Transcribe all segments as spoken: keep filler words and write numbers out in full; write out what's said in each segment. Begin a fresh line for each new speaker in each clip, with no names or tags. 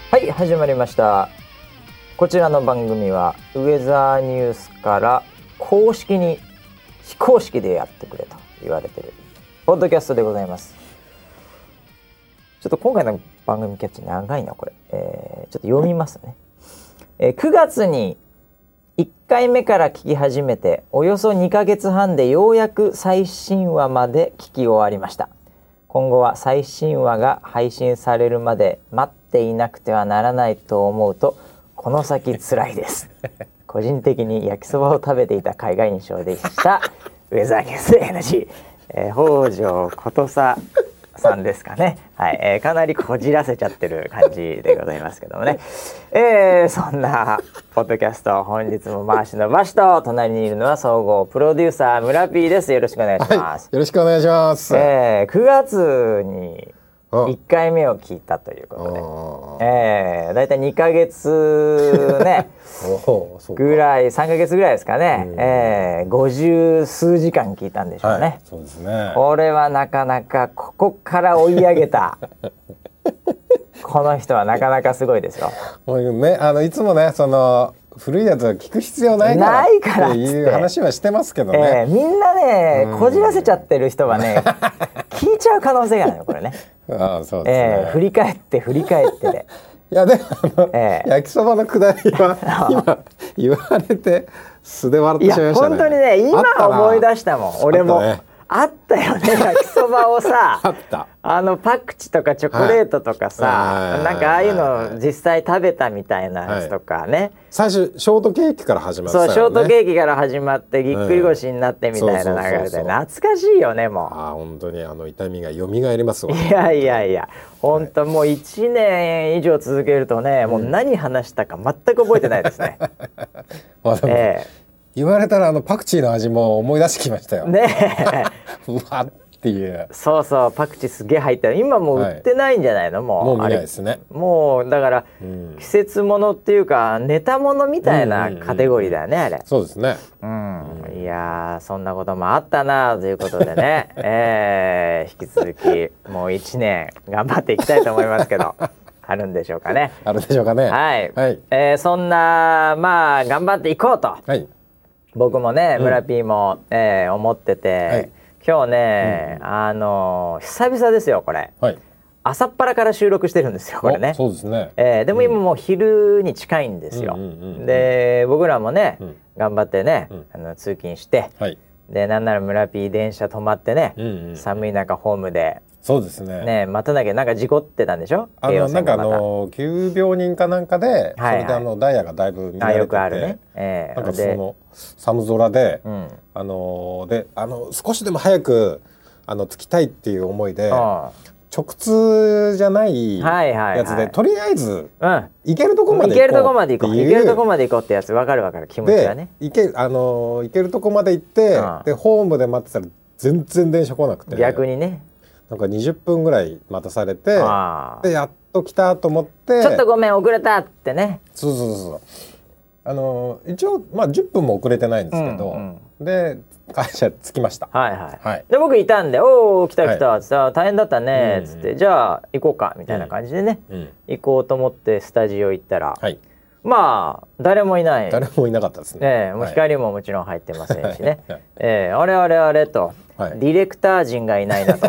はい、始まりました。こちらの番組はウェザーニュースから公式に非公式でやってくれと言われているポッドキャストでございます。ちょっと今回の番組キャッチ長いなこれ、えー、ちょっと読みますね、えー、くがつにいっかいめから聞き始めておよそにかげつはんでようやく最新話まで聞き終わりました。今後は最新話が配信されるまで待っていなくてはならないと思うとこの先辛いです個人的に焼きそばを食べていた回が印象でしたウェザーニュース エヌジー、えー、北条ことささんですかね、はいえー、かなりこじらせちゃってる感じでございますけどもね、えー、そんなポッドキャスト本日も回しのばしと隣にいるのは総合プロデューサー村 P です。よろしくお願いします、
はい、よろしくお願いします、
えー、くがつにいっかいめを聞いたということで、えー、だいたいにかげつねぐらいさんかげつぐらいですかね、えー、ごじゅうすうじかん聞いたんでしょうね、はい、
そうですね。
これはなかなかここから追い上げたこの人はなかなかすごいですよ。
もうね、あのいつもねその古いやつは聞く必要ないから
ないからって
いう話はしてますけどね、
えー、みんなねこじらせちゃってる人はね聞いちゃう可能性があるよこれね
ああそうですね、
えー、振り返って振り返ってで
いやでもあの、えー、焼きそばのくだりは今言われて素で笑ってしまいましたね。
いや本当にね今思い出したもん俺もあったよね焼きそばをさ
あった
あのパクチとかチョコレートとかさ、はい、なんかああいうの実際食べたみたいなやつとかね、はい、
最初ショートケーキから始まってたよね。
そうショートケーキから始まってぎっくり腰になってみたいな流れで懐かしいよね。もう
あ本当にあの痛みが蘇りますわ。
いやいやいや本当もういちねん以上続けるとね、うん、もう何話したか全く覚えてないですね
まあでも、えー言われたらあのパクチーの味も思い出してきましたよ。ねえうわっていう
そうそうパクチーすげえ入った今もう売ってないんじゃないの、はい、もう
もう見ないですね。
もうだから、うん、季節ものっていうかネタものみたいなカテゴリーだよね、うんうんうん、あれ。そうですね、うんうん、いやそんなこともあったなということでね、えー、引き続きもういちねん頑張っていきたいと思いますけどあるんでしょうかね。
あるでしょうかね。
はい、はいえー、そんなまあ頑張っていこうと、はい僕もね、うん、村 P も、えー、思ってて、はい、今日ね、うん、あのー、久々ですよこれ、はい、朝っぱらから収録してるんですよこれね。
そうですね、
えー、でも今もう昼に近いんですよ、うんうんうんうん、で僕らもね、うん、頑張ってね、うん、あの通勤して、はい、でなんなら村 P 電車止まってね、うんうん、寒い中ホームで
そうですね。
ね待たなきゃなんか事故ってたんでしょ。
あのなんかあの急病人かなんかで、はいはい、それであのダイヤがだいぶ乱れてて、あ
よくあるね。えー、
なんかその寒空で、うん、あのであの少しでも早くあの着きたいっていう思いで、直通じゃないやつで、はいはいはい、とりあえず、うん、行けるとこまで行こうっていう、行けるとこまで行こう、行けるとこまで行こうってやつ分かる分かる気持ちがね。 で行けあの行けるとこまで行って、うん、でホームで待ってたら全然電車来なくて、
逆にね。
なんかにじゅっぷんぐらい待たされてでやっと来たと思って
ちょっとごめん遅れたってね。
そうそうそうあの一応まあじゅっぷんも遅れてないんですけど、うんうん、で会社着きました。
はいはい、はい、で僕いたんでおお来た来たっつって、はい、大変だったねっつって、うんうん、じゃあ行こうかみたいな感じでね、うんうん、行こうと思ってスタジオ行ったら、はい、まあ誰もいない
誰もいなかったですね、
えー、もう光ももちろん入ってませんしね、はいえー、あれあれあれと、はい、ディレクター陣がいないなと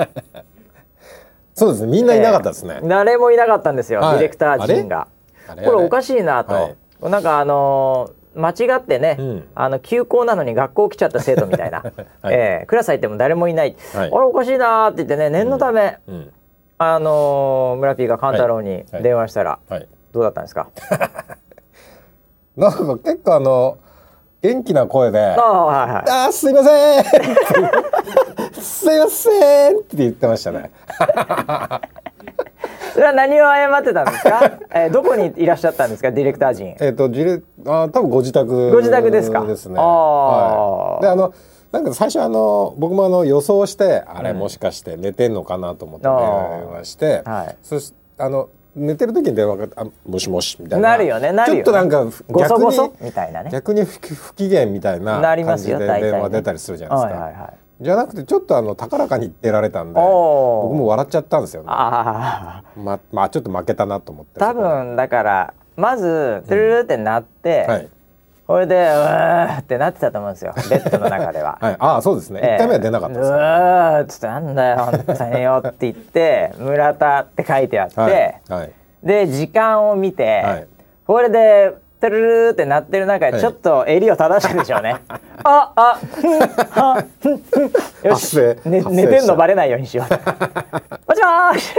そうですねみんないなかったですね、
えー、誰もいなかったんですよ、はい、ディレクター陣があれこれおかしいなと、はい、なんかあのー、間違ってね、うん、あの休校なのに学校来ちゃった生徒みたいな、はいえー、クラス入っても誰もいない、はい、あれおかしいなって言ってね念のため、うんうん、あのー、村 P が勘太郎に電話したら、はいはい、どうだったんですか
なんか結構あの元気な声で「あ、はいはい、あすいませんすいません」って言ってましたね
それは何を謝ってたんですか、えー、どこにいらっしゃったんですかディレクター陣。
えっとジレあ多分ご自宅
ご自宅ですか。
ですね。あ、はい、であのなんか最初あの僕もあの予想してあれもしかして寝てんのかなと思って電話して、はい、そしあの寝てる時に電話があもしもしみたいな
なるよねなるよね
ちょっとなんか
ゴソゴソみたいなね
逆に不機嫌みたいな感じで電話出たりするじゃないですか。 じゃなくてちょっとあの高らかに言ってられたんで僕も笑っちゃったんですよね。
あ
ままあちょっと負けたなと思って。
多分だからまずトゥルルってなって、うんはい、これでうーってなってたと思うんですよベッドの中では、
はい、ああそうですね、えー、いっかいめは出なかったです、ね、
うーっつってなんだよ本当によって言って村田って書いてあって、はいはい、で時間を見て、はい、これでトゥルルルってなってる中でちょっと襟を正したでしょうね、はい、ああふんはふんふんよし、ね、寝てんのバレないようにしようもしもーし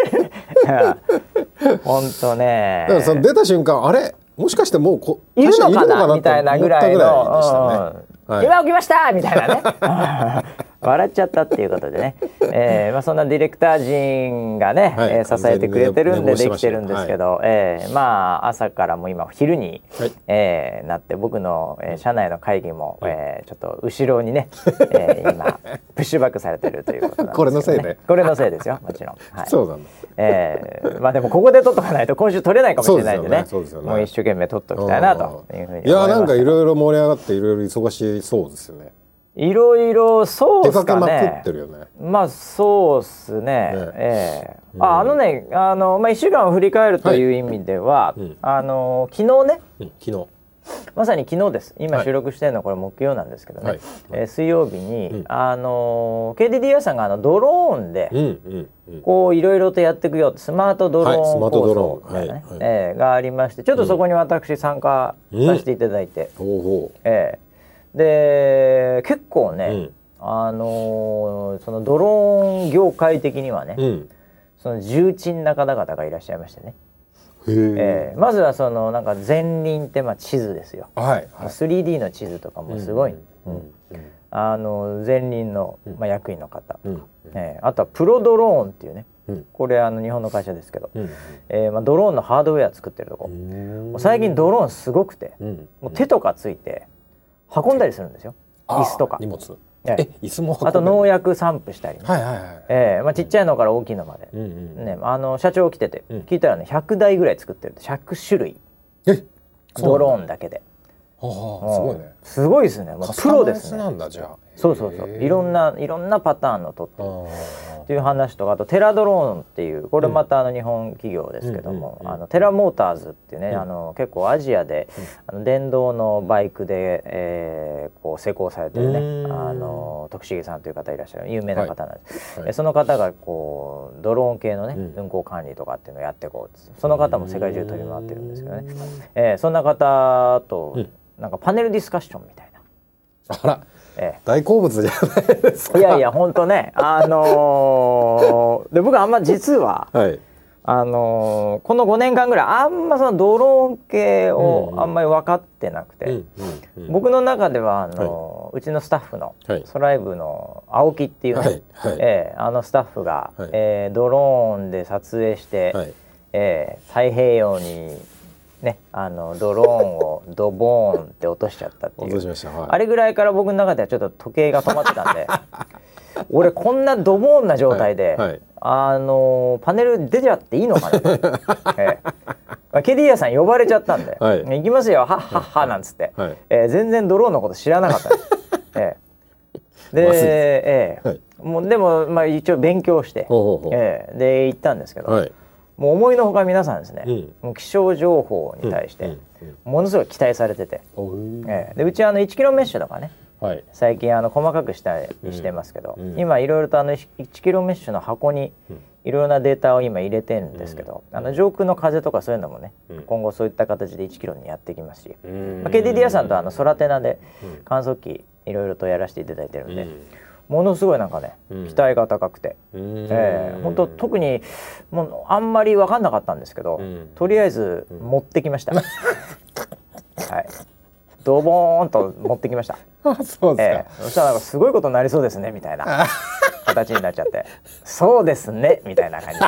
本当ね。
だからその出た瞬間あれもしかしてもうこ
いるのかなみたいなぐらいのでしたね。はい、今起きましたみたいなね笑っちゃったっていうことでね、えーまあ、そんなディレクター陣がね、はい、えー、支えてくれてるんでできてるんですけど、はい、えー、まあ朝からもう今昼に、はい、えー、なって僕の、えー、社内の会議も、えー、ちょっと後ろにね、えー、今プッシュバックされてるということなんですけど、ね、
これのせいで
これのせいですよもちろん、はい、
そうなんだ、
えー、まあでもここで撮っとかないと今週撮れないかもしれないんでね、そうですよね、もう一生懸命撮っときたいなというふうに思います。
いやなんかいろいろ盛り上がっていろいろ忙しそうですよね。
いろいろそうですかね。
出かけまくってるよね。
まあそうっすね。ねええー、ああのねあのまあ一週間を振り返るという意味では、はい、うん、あの昨日ね、
うん、昨日
まさに昨日です。今収録してるのはこれ木曜なんですけどね。はい、えー、水曜日に、うん、あの ケーディーディーアイ さんがあのドローンで、うんうんうん、こういろいろとやっていくよスマートドローン構想みたいなね、はいはい、えー、がありまして、ちょっとそこに私参加させていただいて、うん、えーで結構ね、うん、あのー、そのドローン業界的にはね、うん、その重鎮な方々がいらっしゃいましてね、えー、まずはそのなんか前輪ってまあ地図ですよ、はいはい、スリーディー の地図とかもすごい、うんうん、あの前輪の、まあ、役員の方、うん、えー、あとはプロドローンっていうね、うん、これあの日本の会社ですけど、うんえーまあ、ドローンのハードウェア作ってるとこ、もう最近ドローンすごくて、うん、もう手とかついて運んだりするんですよ、椅子とか
荷物、え椅子も運んでる、
あと農薬散布したり、ね、はいはいはい、えーまあ、ちっちゃいのから大きいのまで、うんうんね、あの社長来てて、うん、聞いたらねひゃくだいぐらい作ってるって、ひゃくしゅるい、えドローンだけで、はあ、すごいね、すごいですね、もうプロですね。なんだじゃあ、そうそうそう、いろんないろんなパターンの撮ってるっていう話とか、あとテラドローンっていう、これまたあの日本企業ですけども、うん、あのテラモーターズっていうね、うん、あの結構アジアで、うん、あの電動のバイクで、えー、こう施工されてるね、あの徳重さんという方いらっしゃる有名な方なんです、はいはい、その方がこうドローン系のね、うん、運行管理とかっていうのをやっていこう、その方も世界中飛び回ってるんですけどね、えー、そんな方と、うんなんかパネルディスカッションみたいな、
あら、ええ、大好物じゃないですか。
いやいや本当ね、あのー、で僕あんま実は、はい、あのー、このごねんかんぐらいあんまそのドローン系をあんまり分かってなくて、うんうんうん、僕の中ではあのーはい、うちのスタッフの、はい、ソライブの青木っていうね、はいはいえー、あのスタッフが、はいえー、ドローンで撮影して、はいえー、太平洋にね、あのドローンをドボーンって落としちゃったっていう、はい、あれぐらいから僕の中ではちょっと時計が止まってたんで俺こんなドボーンな状態で、はいはい、あのパネル出ちゃっていいのかなと、えー、ケディアさん呼ばれちゃったんで、はい、行きますよはっはっはなんつって、はいえー、全然ドローンのこと知らなかったんです、えー、で、えーはい、もうでも、まあ、一応勉強してほうほうほう、えー、で行ったんですけど、はいもう思いのほか皆さんですね、うん、もう気象情報に対してものすごい期待されてて、うんえー、でうちはあのいちキロメッシュとかね、はい、最近あの細かくしたりしてますけど、うん、今いろいろとあのいちキロメッシュの箱にいろいろなデータを今入れてるんですけど、うん、あの上空の風とかそういうのもね、うん、今後そういった形でいちキロにやっていきますし、うんまあ、ケーディーディーアイ さんとあの空テナで観測機いろいろとやらせていただいてるんで、うんものすごいなんかね、うん、期待が高くて、えー、本当特にもうあんまり分かんなかったんですけど、うん、とりあえず持ってきました、うん、はいドボーンと持ってきました
あそうですか、え
ー、そしたらなんかすごいことになりそうですねみたいな形になっちゃってそうですねみたいな感じで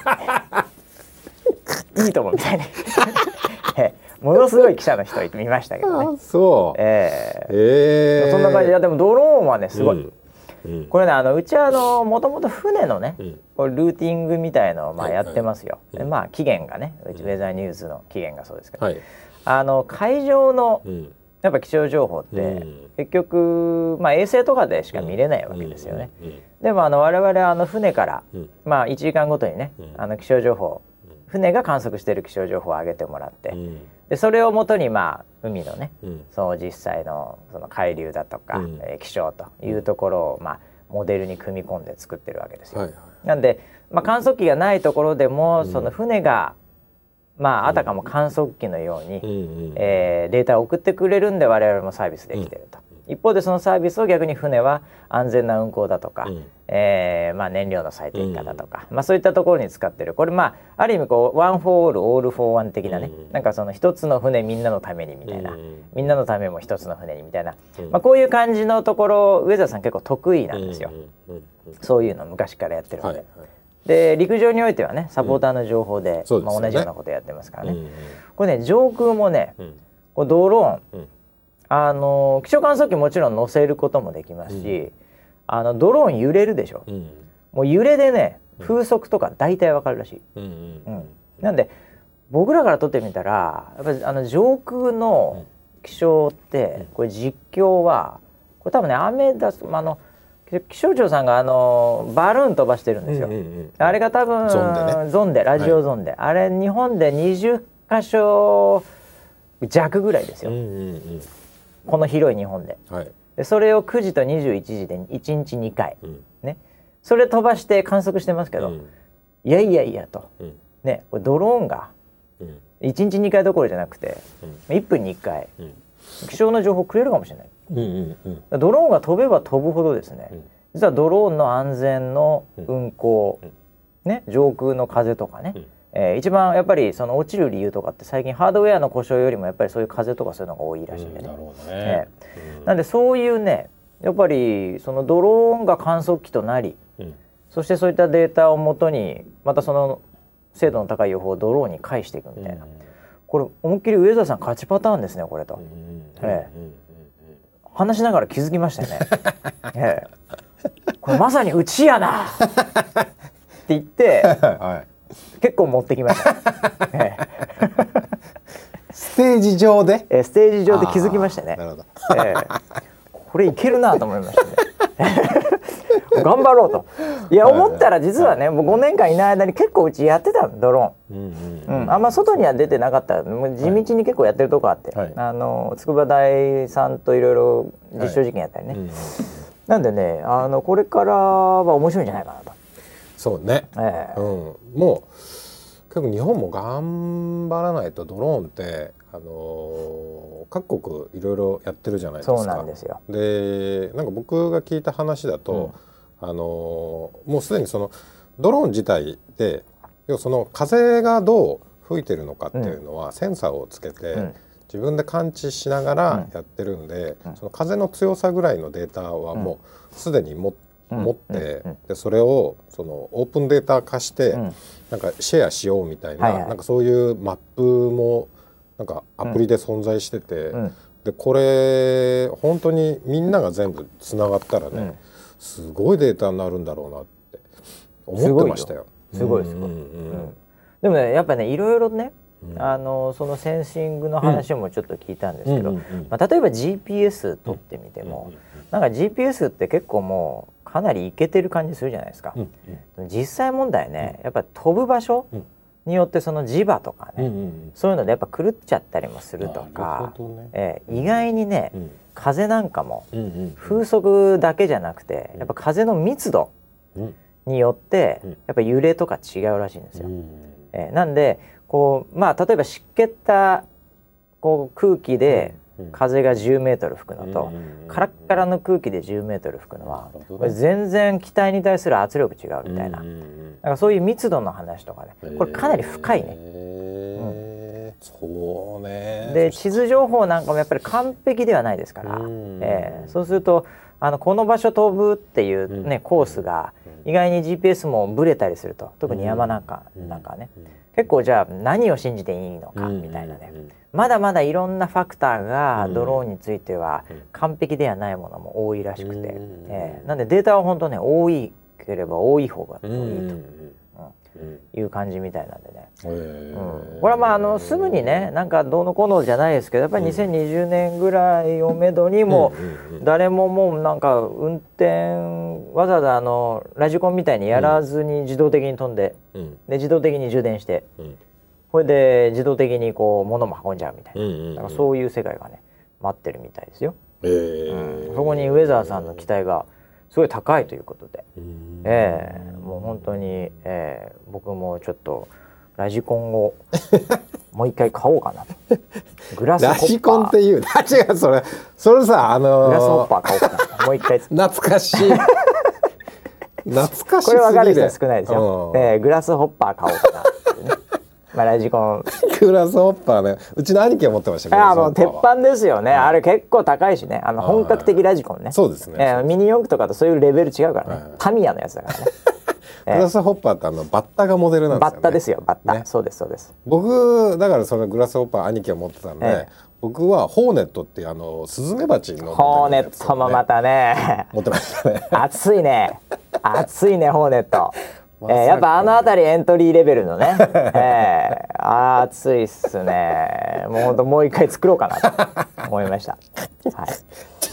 ねいいともみたいにものすごい記者の人見ましたけどね
そう、
えーえー、そんな感じででもドローンはねすごい、うんうん、これねあのうちはあのもともと船のね、うん、これルーティングみたいのをまあやってますよ、はいはい、まあ期限がねうちウェザーニューズの期限がそうですけど、はい、あの海上の、うんやっぱ気象情報って、うん、結局、まあ、衛星とかでしか見れないわけですよね。うんうんうん、でもあの我々あの船から、うん、まあ、いちじかんごとにね、うん、あの気象情報、船が観測している気象情報を上げてもらって、うん、でそれをもとに、まあ、海のね、うん、その実際 の, その海流だとか、うんえー、気象というところを、まあ、モデルに組み込んで作ってるわけですよ。はいはい、なんで、まあ、観測器がないところでも、うん、その船がまあ、あたかも観測器のように、うんえー、データを送ってくれるんで我々もサービスできていると、うん、一方でそのサービスを逆に船は安全な運航だとか、うんえーまあ、燃料の最適化だとか、うんまあ、そういったところに使ってる。これまあある意味こうワンフォーオールオールフォーワン的なね、うん、なんかその一つの船みんなのためにみたいな、うん、みんなのためも一つの船にみたいな、うんまあ、こういう感じのところ上澤さん結構得意なんですよ、うんうんうん、そういうの昔からやってるので、はいはいで陸上においてはねサポーターの情報で、うんまあ、同じようなことやってますからね、うんうん、これね上空もね、うん、こうドローン、うん、あの気象観測器もちろん載せることもできますし、うん、あのドローン揺れるでしょ、うん、もう揺れでね風速とか大体わかるらしい、うんうんうん、なんで僕らから撮ってみたらやっぱりあの上空の気象ってこれ実況はこれ多分ね雨だす、まあ、あの気象庁さんがあのバルーン飛ばしてるんですよ、うんうんうん、あれが多分ゾンでねゾンでラジオゾンで、はい、あれ日本でにじゅっかしょ弱ぐらいですよ、うんうんうん、この広い日本で、はい、でそれをくじとにじゅういちじでいちにちにかい、うんね、それ飛ばして観測してますけど、うん、いやいやいやと、うんね、これドローンがいちにちにかいどころじゃなくて、うん、いっぷんにいっかい、うん、気象の情報くれるかもしれない、うんうんうん、ドローンが飛べば飛ぶほどですね、うん、実はドローンの安全の運航、うんね、上空の風とかね、うんえー、一番やっぱりその落ちる理由とかって最近ハードウェアの故障よりもやっぱりそういう風とかそういうのが多いらしいんでね、うん、なるほどね、えーうん、なんでそういうねやっぱりそのドローンが観測器となり、うん、そしてそういったデータをもとにまたその精度の高い予報をドローンに返していくみたいな、うん、これ思いっきり上澤さん勝ちパターンですねこれと、うんえーうん、話しながら気づきましたよね、えー、これまさにうちやなって言って、はい、結構持ってきました、えー、
ステージ上で、
えー、ステージ上で気づきましたね。なるほど、えー、これいけるなと思いましたね頑張ろうといや思ったら実はね、はい、もうごねんかんいない間に結構うちやってたドローン、うんうんうん、あんま外には出てなかったもう地道に結構やってるとこあって、はい、あの筑波大さんといろいろ実証実験やったりね、はいうん、なんでねあのこれからは面白いんじゃないかなと。
そうね、えーうん、もう結構日本も頑張らないとドローンってあのー、各国いろいろやってるじゃないですか。
そうなんですよ。
でなんか僕が聞いた話だと、うん、あのー、もうすでにそのドローン自体で要はその風がどう吹いてるのかっていうのは、うん、センサーをつけて、うん、自分で感知しながらやってるんで、うん、その風の強さぐらいのデータはもうすでに持って持って、うん、でそれをそのオープンデータ化して、うん、なんかシェアしようみたいな、はいはい、なんかそういうマップもなんかアプリで存在してて、うん、でこれ本当にみんなが全部つながったらね、うん、すごいデータになるんだろうなって思ってましたよ。
すごいすごい、うんうんうん、でもねやっぱねいろいろね、うん、あのそのセンシングの話もちょっと聞いたんですけど、うんうんうんまあ、例えば ジーピーエス 取ってみても、うんうんうん、なんか ジーピーエス って結構もうかなりイケてる感じするじゃないですか、うんうん、実際問題ねやっぱり飛ぶ場所によってその磁場とかね、うんうん、そういうのでやっぱ狂っちゃったりもするとか、ねえー、意外にね、うん、風なんかも風速だけじゃなくてやっぱ風の密度によってやっぱ揺れとか違うらしいんですよ、うんえー、なんでこうまあ例えば湿気ったこう空気で風がじゅうメートル吹くのと、うん、カラッカラの空気でじゅうメートル吹くのはこれ全然気体に対する圧力違うみたいな、うん、なんかそういう密度の話とかねこれかなり深いね、
えーうん、そうね
で地図情報なんかもやっぱり完璧ではないですから、うんえー、そうするとあのこの場所飛ぶっていう、ね、コースが意外に ジーピーエス もブレたりすると特に山なんか、うん、なんかね、うん、結構じゃあ何を信じていいのかみたいなね、うんうんうん、まだまだいろんなファクターがドローンについては完璧ではないものも多いらしくて、うんえー、なんでデータは本当ね多いければ多い方がいいと、うんうん、 いう感じみたいなんでね、
うん、
これはまああのすぐにねなんかどうのこうのじゃないですけどやっぱりにせんにじゅうねんぐらいをめどにも誰ももうなんか運転わざわざあのラジコンみたいにやらずに自動的に飛んで、うん、で自動的に充電して、うん、これで自動的にこう物も運んじゃうみたいな、うんうんうん、だからそういう世界がね待ってるみたいですよ、えーうん、そこにウェザーさんの期待がすごい高いということで、えー、もう本当に、えー、僕もちょっとラジコンをもう一回買おうかなとグラスホッパー
ラジコンっていうあ違うそれそれさあのー、
グラスホッパー買おうかなもう一回
懐かしい懐かしすぎる
これ分かる人は少ないですよ、えー、グラスホッパー買おうかなまあ、ラジコン
グラスホッパーねうちの兄貴が持ってましたけど
あもう鉄板ですよね、うん、あれ結構高いしねあの本格的ラジコンね
そうですね、
えー、ミニ四駆とかとそういうレベル違うからね、はい、タミヤのやつだからね
グラスホッパーってあのバッタがモデルなんですよね
バッタですよバッタ、ね、そうですそうです
僕だからそのグラスホッパー兄貴が持ってたんで、えー、僕はホーネットっていうあのスズメバチの、ね、
ホーネットもまたね
持ってましたね
熱いね熱いねホーネットえー、やっぱあの辺りエントリーレベルのね、えー、熱いっすねもうほんともう一回作ろうかなと思いました、
はい、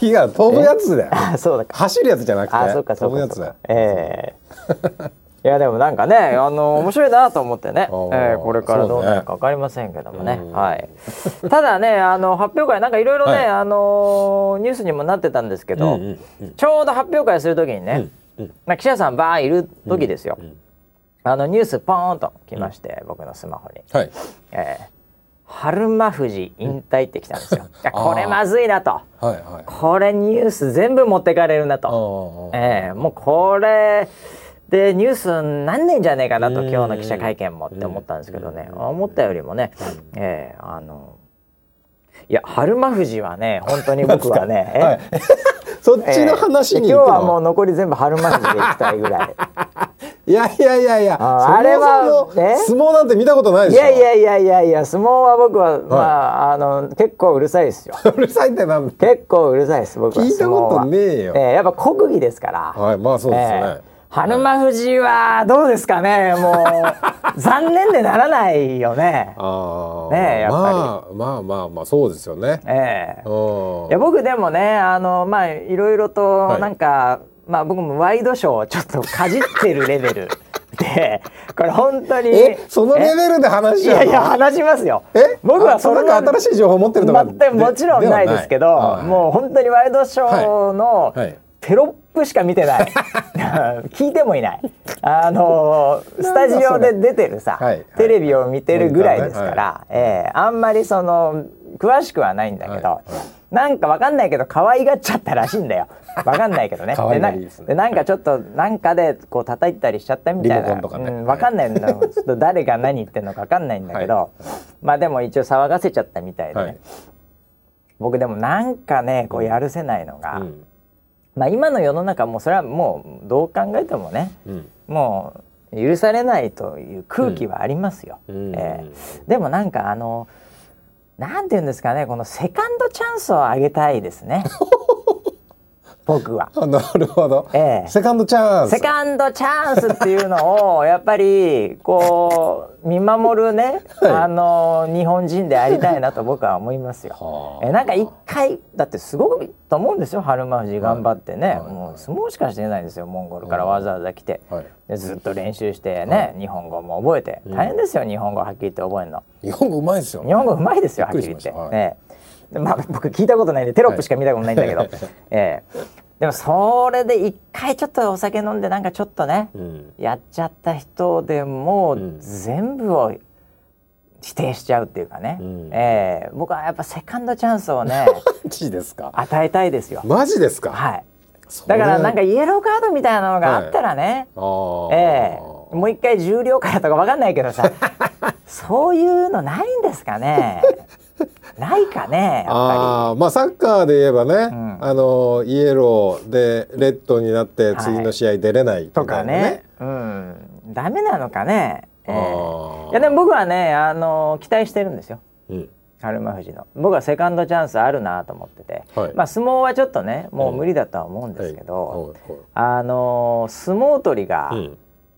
違う飛ぶやつだよ
あそうだ
走るやつじゃなくて
あそうかそうか飛ぶやつだよ、えー、いやでもなんかねあの面白いなと思ってね、えー、これからどうなるか分かりませんけどもね、はい、ただねあの発表会なんかいろいろね、はい、あのニュースにもなってたんですけど、うんうんうん、ちょうど発表会するときにね、うんまあ、記者さんバーいる時ですよ、うんうん、あのニュースポーンと来まして、うん、僕のスマホに、はいえー、春馬富士引退って来たんですよ、うん、いやこれまずいなと、はいはい、これニュース全部持ってかれるなと、えー、もうこれでニュースなんねんじゃねえかなと今日の記者会見もって思ったんですけどね思ったよりもね、えー、あのいや春馬富士はね本当に僕はね
はいそっちの話に、
えー、今日はもう残り全部春馬富士で行きたいぐらい
いやいやいやいや
あ, あれは、
ね、相撲なんて見たことないでしょ
いやいやいやいやいや相撲は僕は、はい、まああの結構うるさいですよ
うるさいってなんだ
結構うるさいです僕は
聞いたことねえよ、
えー、やっぱ国技ですから
はいまあそうですね、えー
春馬富士はどうですかねもう残念でならないよねあねやっぱ
り、まあ、まあまあまあそうですよね、
えー、いや僕でもねあのまあいろいろとなんか、はい、まあ僕もワイドショーをちょっとかじってるレベルでこれ本当に
えそのレベルで話しちゃうの？
いやいや話しますよ
え僕はそれが新しい情報を持ってるとか
全くもちろんないですけどもう本当にワイドショーの、はいはいテロップしか見てない聞いてもいないあのスタジオで出てるさ、はい、テレビを見てるぐらいですから、はいえー、あんまりその詳しくはないんだけど、はいはい、なんかわかんないけど可愛がっちゃったらしいんだよわかんないけどね
可愛がりですね
でな、でなんかちょっとなんかでこう叩いたりしちゃったみたいな、ねうん、わかんないんだちょっと誰が何言ってんのかわかんないんだけど、はい、まあでも一応騒がせちゃったみたいでね、はい、僕でもなんかねこうやるせないのが、うんまあ、今の世の中もそれはもうどう考えてもね、うん、もう許されないという空気はありますよ、うんえー、でもなんかあのなんていうんですかねこのセカンドチャンスをあげたいですね僕は
なるほど、えー、セカンドチャンス
セカンドチャンスっていうのをやっぱりこう見守るね、はい、あの日本人でありたいなと僕は思いますよえなんか一回だってすごくと思うんですよ春馬富士頑張ってね、はい、もう相撲しかしてないんですよモンゴルからわざわざ来て、はい、でずっと練習してね、はい、日本語も覚えて大変ですよ、うん、日本語はっきり言って覚えるの
日本語うまいですよ
日本語うまいですよはっきり言って、はいねまあ、僕聞いたことないんでテロップしか見たことないんだけど、はいえー、でもそれで一回ちょっとお酒飲んでなんかちょっとね、うん、やっちゃった人でもう全部を否定しちゃうっていうかね、うんえー、僕はやっぱセカンドチャンスをね
マジですか
与えたいですよ
マジですか
はいだからなんかイエローカードみたいなのがあったらね、はいえー、もう一回重量からとか分かんないけどさそういうのないんですかねないかねやっぱり
あまあサッカーで言えばね、うん、あのイエローでレッドになって次の試合出れないみたいなね、はい、とかね、うん、
ダメなのかね、えー、いやでも僕はねあの期待してるんですよ、うん、春馬富士の僕はセカンドチャンスあるなと思ってて、はい、まあ相撲はちょっとねもう無理だとは思うんですけど、うんはい、あの相撲取りが、うん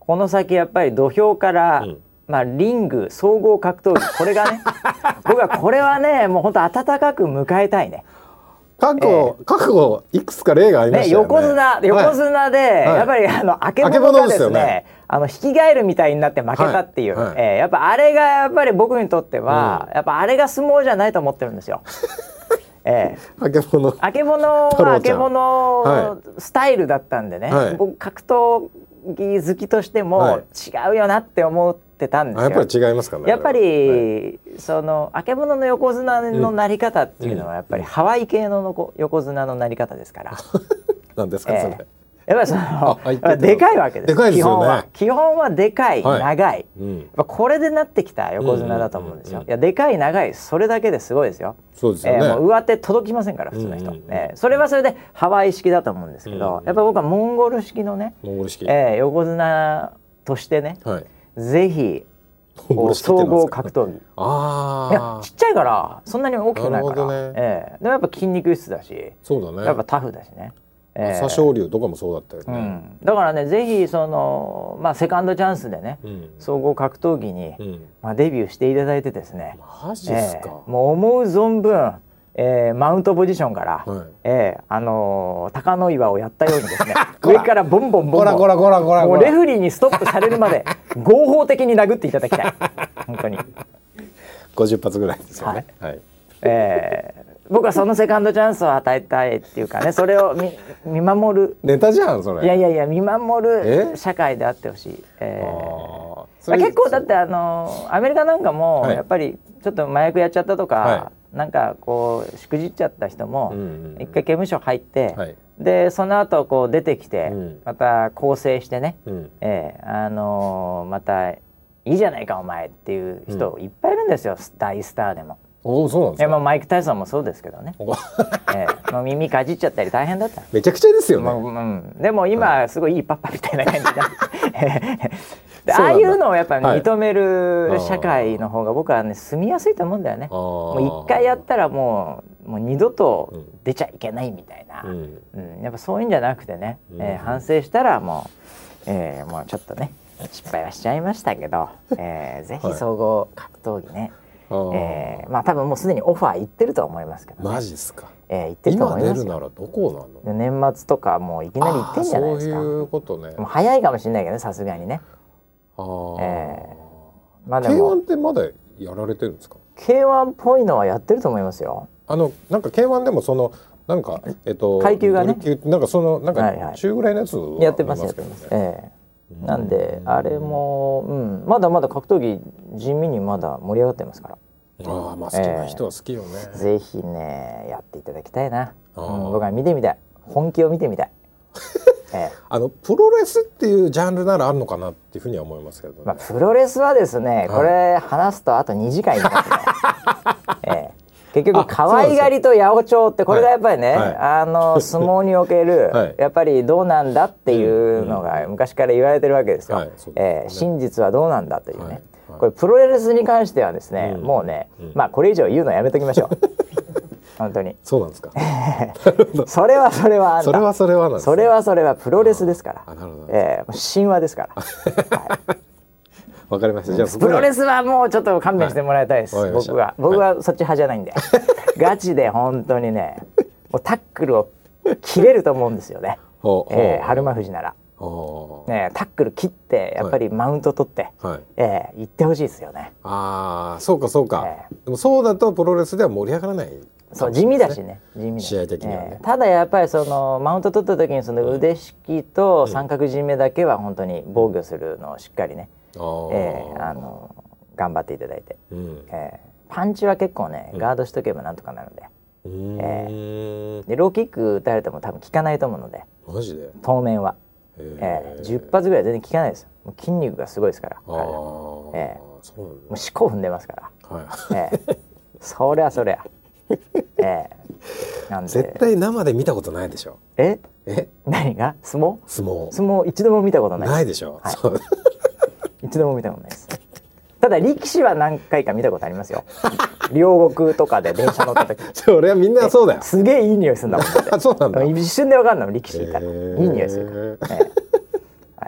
この先やっぱり土俵から、うん、まあ、リング総合格闘技これがね僕はこれはねもう本当温かく迎えたいね。
過去、えー、過去いくつか例がありましたよね。
ね、横綱横綱で、はい、やっぱりあのあけぼのがですね、ねあの引き返るみたいになって負けたっていう、はいはい、えー、やっぱあれがやっぱり僕にとっては、うん、やっぱあれが相撲じゃないと思ってるんですよ。えー、
あけぼの
あけぼのはあけぼのスタイルだったんでね、はい、僕格闘技好きとしても違うよなって思ってたんですよ。
やっぱり違いますかね。
やっぱり、はい、そのあけぼのの横綱のなり方っていうのはやっぱりハワイ系のの横綱のなり方ですから。
なんですかそれ。
えーやっぱりそのでかいわけです。
でかいですよね。
基本は基本はでかい、はい、長い、うん、やっぱこれでなってきた横綱だと思うんですよ。いやでかい長いそれだけですごいですよ。
そうですよね。
えー、もう上手届きませんから普通の人、うんうんうん、えー、それはそれでハワイ式だと思うんですけど、うんうん、やっぱ僕はモンゴル式のね、
モンゴル式、
えー、横綱としてね、はい、ぜひ総合格闘技、
あ
いやちっちゃいからそんなに大きくないから、ね、えー、でもやっぱ筋肉質だし、
そうだね、
やっぱタフだしね。
朝青龍とかもそうだったよね、
うん、だからねぜひその、まあ、セカンドチャンスでね、うん、総合格闘技に、うん、まあ、デビューしていただいてですね、
マジですか、
えー、もう思う存分、えー、マウントポジションから、はい、えー、あのー、鷹の岩をやったようにですね上からボンボンボンボン
こらこらこらこら
もうレフリーにストップされるまで合法的に殴っていただきたい本当に
ごじゅっ発ぐらいですよね、はいはい、
えー僕はそのセカンドチャンスを与えたいっていうかね、それを 見, 見守る
ネタじゃんそれ。
いやいやいや見守る社会であってほしい。えー、あ結構だってあのアメリカなんかもやっぱりちょっと麻薬やっちゃったとか、はい、なんかこうしくじっちゃった人も一回刑務所入って、はい、でその後こう出てきて、うん、また更生してね、うん、えー、あのー、またいいじゃないかお前っていう人いっぱいいるんですよ、うん、大スターでも。
おそうなんですか。
いやまあマイク・タイソンもそうですけどね、えー、もう耳かじっちゃったり大変だった。
めちゃくちゃですよね、
もう、うん、でも今すごいいいパッパみたいな感じだでああいうのをやっぱ認める社会の方が僕はね住みやすいと思うんだよね。もう一回やったらもう、もう二度と出ちゃいけないみたいな、うんうん、やっぱそういうんじゃなくてね、うん、えー、反省したらもう、えー、もうちょっとね失敗はしちゃいましたけど、えー、ぜひ総合格闘技ね、はい、えー、まあ多分もうすでにオファー行ってると思いますけどね。
マジですか。
えー、行ってると思いますよ。
今出るならどこなの。
年末とかもういきなり行ってんじゃないですか。
そういうことね。
もう早いかもしれないけどね、さすがにね。
ああ、え
ー、まあでも
ケーワン ってまだやられてるんですか。
ケーワン っぽいのはやってると思いますよ。
あのなんか ケーワン でもそのなんかえっと
階級がね、
なんかそのなんか中ぐらいのやつは
やってますやってます。えー、なんであれも、うん、まだまだ格闘技地味にまだ盛り上がってますから。
ああ、まあ好きな人は好きよね、
えー、ぜひねやっていただきたいな、うん、僕は見てみたい、本気を見てみたいえー、
あのプロレスっていうジャンルならあるのかなっていうふうには思いますけど、ね、
まあ、プロレスはですね、これ話すとあとにじかんになりますね、えー、結局可愛がりと八百長ってこれがやっぱりね、はいはい、あの相撲における、はい、やっぱりどうなんだっていうのが昔から言われてるわけですよ、はい、そうですね、えー、真実はどうなんだというね、はい、これプロレスに関してはですね、うん、もうね、うん、まあこれ以上言うのやめときましょう本当に。
そうなんですか
それはそれはあんだ、
それはそれはなんです、ね、
それはそれはプロレスですから、あ、なるほど、えー、神話ですからはい、
わかりました。じゃあ
プロレスはもうちょっと勘弁してもらいたいです、はい、僕は僕はそっち派じゃないんで、はい、ガチで本当にねもうタックルを切れると思うんですよねえー、春馬富士ならね、タックル切ってやっぱりマウント取って、はい、えー、行ってほしいですよね。
ああ、そうかそうか、えー、でもそうだとプロレスでは盛り上がらない、ね、
そう地味だしね、地味だし
試合的にはね、
えー、ただやっぱりそのマウント取った時にその腕式と三角締めだけは本当に防御するのをしっかりね、うん、えー、あの頑張っていただいて、うん、えー、パンチは結構ねガードしとけばなんとかなるんで、うん、えー、でローキック打たれても多分効かないと思うので、
マジで
当面はえー、じゅっ発ぐらい全然効かないですよ。もう筋肉がすごいですから、あ、えー、
そうなんだ、
もう四股踏んでますから、はい、えー、そりゃそりゃ、え
ー、なんで絶対生で見たことないでしょ。
え
え
何が相撲
相撲
相撲一度も見たことない
ないでしょ、はい、そう
一度も見たことないです。ただ力士は何回か見たことありますよ両国とかで電車乗った時
それはみんなそうだよ、
すげえいい匂いするんだもん
そうなんだ、
一瞬で分かんないの力士いたら、えー、いい匂いするから、えーはい、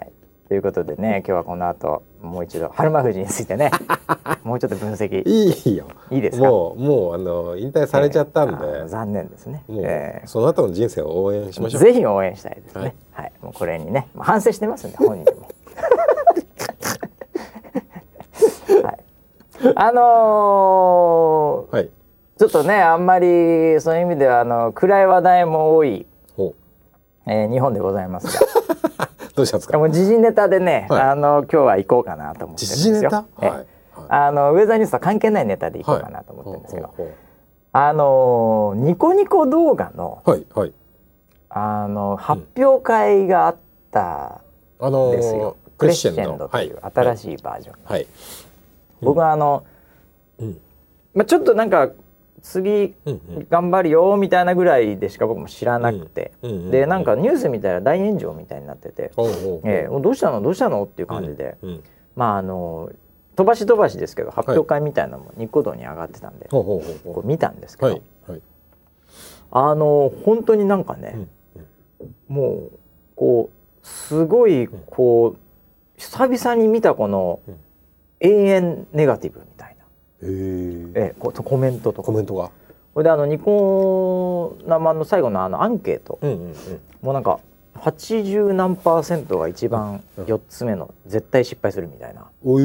ということでね、今日はこの後もう一度春馬富士についてねもうちょっと分析
いいよ。
いいですか。
もうもうあの引退されちゃったんで、
えー、残念ですね。
もう、えー、その後の人生を応援しましょう。
ぜひ応援したいですね。はい、はい、もうこれにね反省してますんで本人もはい、あのーはい、ちょっとねあんまりそういう意味ではあの暗い話題も多い、えー、日本でございますが
どうしたんですか。
もう時事ネタでね、はい、あの今日は行こうかなと思ってるんですよ。時事ネタ、はいはい、あのウェザーニュースと関係ないネタで行こうかなと思ってるんですけど、はい、あのニコニコ動画の、はいはい、あの発表会があったんですよ、うん、あのー、クレッシェンドという新しいバージョン、はいはい、僕はあの、うんまあ、ちょっとなんか次頑張るよみたいなぐらいでしか僕も知らなくて、うんうんうんうん、でなんかニュース見たら大炎上みたいになってて、うんうんえー、どうしたのどうしたのっていう感じで、うんうん、まああの飛ばし飛ばしですけど発表会みたいなのもニコ動に上がってたんで、はい、こう見たんですけど、はいはい、あの本当になんかね、うんうん、もうこうすごいこう久々に見たこの永遠ネガティブみたいな。えー、えこコメントとか
コメントが
これであのニコ生の最後のあのアンケート、うんうんうん、もうなんかはちじゅうなんパーセントが一番よっつめの絶対失敗するみたいな、うん、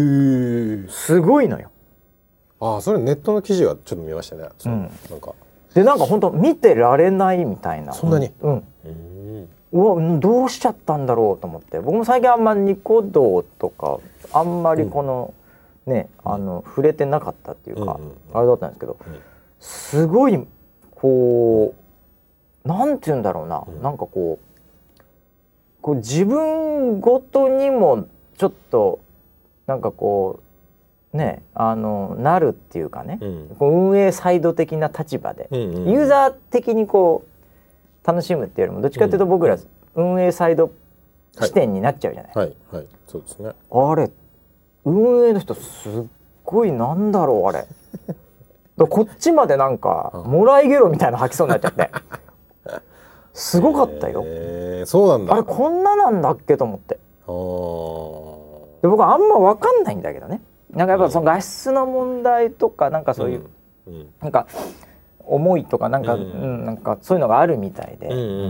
すごいのよ。
ああそれネットの記事はちょっと見ましたね、うん、なんか
でなんか本当見てられないみたいな。
そんなに、
うんうんうわどうしちゃったんだろうと思って、僕も最近あんまニコ動とかあんまりこの、うんね、あの触れてなかったっていうか、うんうんうん、あれだったんですけど、うん、すごいこうなんて言うんだろうな、うん、なんかこう、こう自分ごとにもちょっとなんかこうねあのなるっていうかね、うん、こう運営サイド的な立場で、うんうんうん、ユーザー的にこう楽しむっていうよりもどっちかというと僕ら運営サイド視点になっちゃうじゃない、
はいはいはい、そうですね。
あれ運営の人すっごいなんだろうあれだこっちまでなんかもらいゲロみたいな吐きそうになっちゃってすごかったよ、
えー、そうなんだ。
あれこんななんだっけと思って。で僕はあんま分かんないんだけどね、なんかやっぱその画質の問題とかなんかそういう、うんうん、なんか思いとかなんか、うんうん、なんかそういうのがあるみたいで、うんうんうん、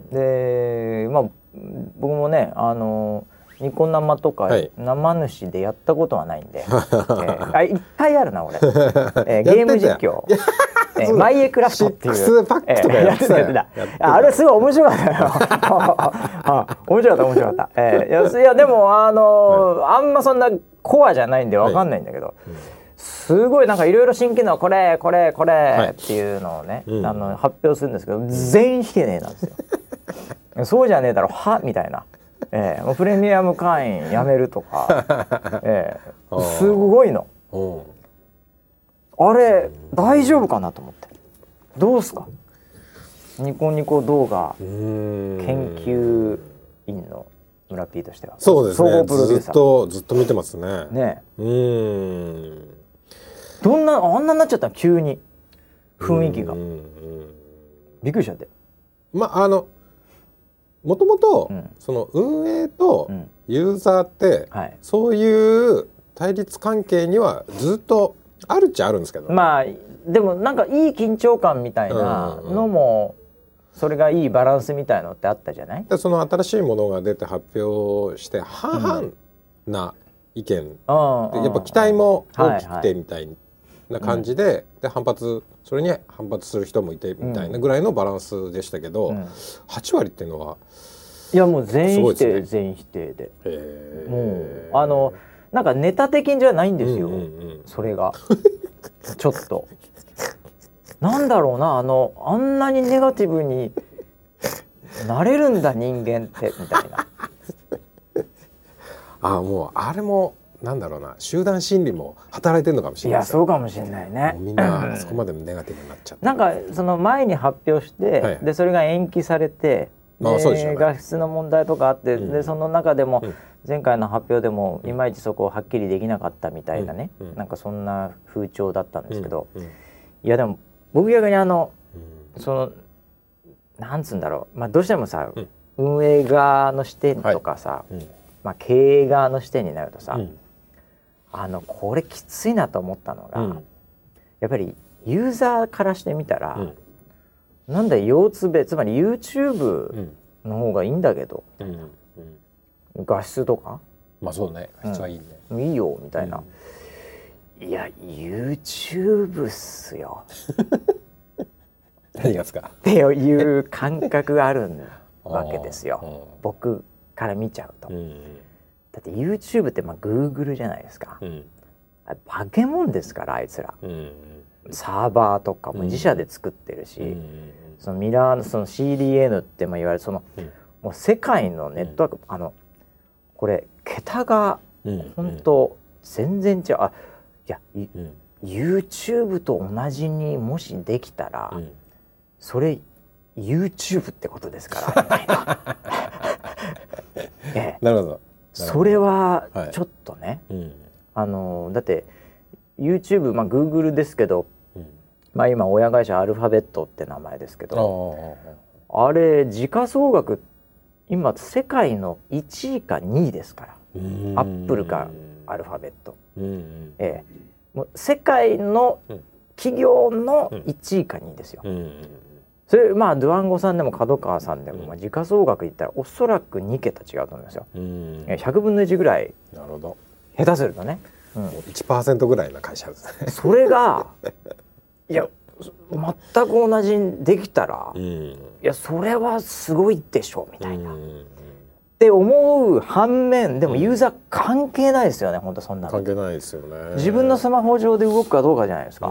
でまあ僕もねあのニコ生とか、はい、生主でやったことはないんで、えー、あいっかいあるな俺、えー、ゲーム実況えー、マイエクラフトっていう
シックスパックとかやってたよ、
えー、あれすごい面白かったよあ面白かった面白かった、えー、いやでもあのーはい、あんまそんなコアじゃないんでわかんないんだけど、はいうん、すごいなんかいろいろ新機能これこれこれ、はい、っていうのをね、うん、あの発表するんですけど全員引けねえなんですよそうじゃねえだろはみたいな、えー、もうプレミアム会員やめるとか、えー、すごいのあれ大丈夫かなと思って。どうすかニコニコ動画研究員の村 P としては。
そうですね、総合プロデューサーずっとずっと見てますね。
ねえうんどんなあんなになっちゃったの急に雰囲気がびっくりしちゃって。
まああのもともとその運営とユーザーって、うんはい、そういう対立関係にはずっとあるっちゃあるんですけど、ね、
まあでもなんかいい緊張感みたいなのも、うんうん、それがいいバランスみたいのってあったじゃない。
でその新しいものが出て発表して半々な意見、うん、でやっぱ期待も大きくてみたいな感じで、はいはい、で反発それに反発する人もいてみたいなぐらいのバランスでしたけど、うん、はち割っていうのはい
やもう全員否定、ね、全員否定でもうあのなんかネタ的じゃないんですよ、うんうんうん、それがちょっとなんだろうなあのあんなにネガティブになれるんだ人間ってみたいな
あもうあれもなんだろうな集団心理も働いてるのかもしれない。
いやそうかもしれないね。
みんなそこまでネガティブになっちゃって
なんかその前に発表して、はい、でそれが延期されて
まあそうでしょうね、
画質の問題とかあって、うん、でその中でも、うん、前回の発表でもいまいちそこをはっきりできなかったみたいなね、うん、なんかそんな風潮だったんですけど、うん、いやでも僕逆にあの、うん、そのなんつうんだろう、まあ、どうしてもさ、うん、運営側の視点とかさ、はいうんままあ、経営側の視点になるとさ、
うん、
あのこれきついなと思ったのが、
うん、
やっぱりユーザーからしてみたら、
うん、
なんだ腰つべつまり YouTube の方がいいんだけど、うんうん、画質とか
まあそうね画質はいいね、
うん、いいよみたいな、うん、いや YouTube っすよ
何がですか
っていう感覚があるわけですよ僕から見ちゃうと、うん、だって YouTube ってまあ Google じゃないですか、うん、化け物ですからあいつら、うん、サーバーとかも自社で作ってるし、うん、そのミラーのその シーディーエヌ ってまあ言われるその、うん、もう世界のネットワーク、うん、あのこれ桁が本当全然違う、あいや、うん、YouTube と同じにもしできたら、うん、それ YouTube ってことですからみたいなええ、
なるほど
それはちょっとね、はいうん、あのだって YouTube、まあ、Google ですけど、うんまあ、今親会社アルファベットって名前ですけど あ, あれ時価総額今世界のいちいかにいですからアップルかアルファベット、うんええ、もう世界の企業のいちいかにいですよ、うんうんそれまあドゥアンゴさんでも角川さんでも、うん、まあ、時価総額言ったらおそらくにけた違うと思いますよ、うん、ひゃくぶんのいちぐらい
なるほど
下手するとね、
うん、いちパーセント ぐらいな会社ですね
それがいや全く同じにできたら、うん、いやそれはすごいでしょみたいな、うん、って思う反面でもユーザー関係ないですよね、うん、本当そんなの
関係ないですよね
自分のスマホ上で動くかどうかじゃないですか、うん、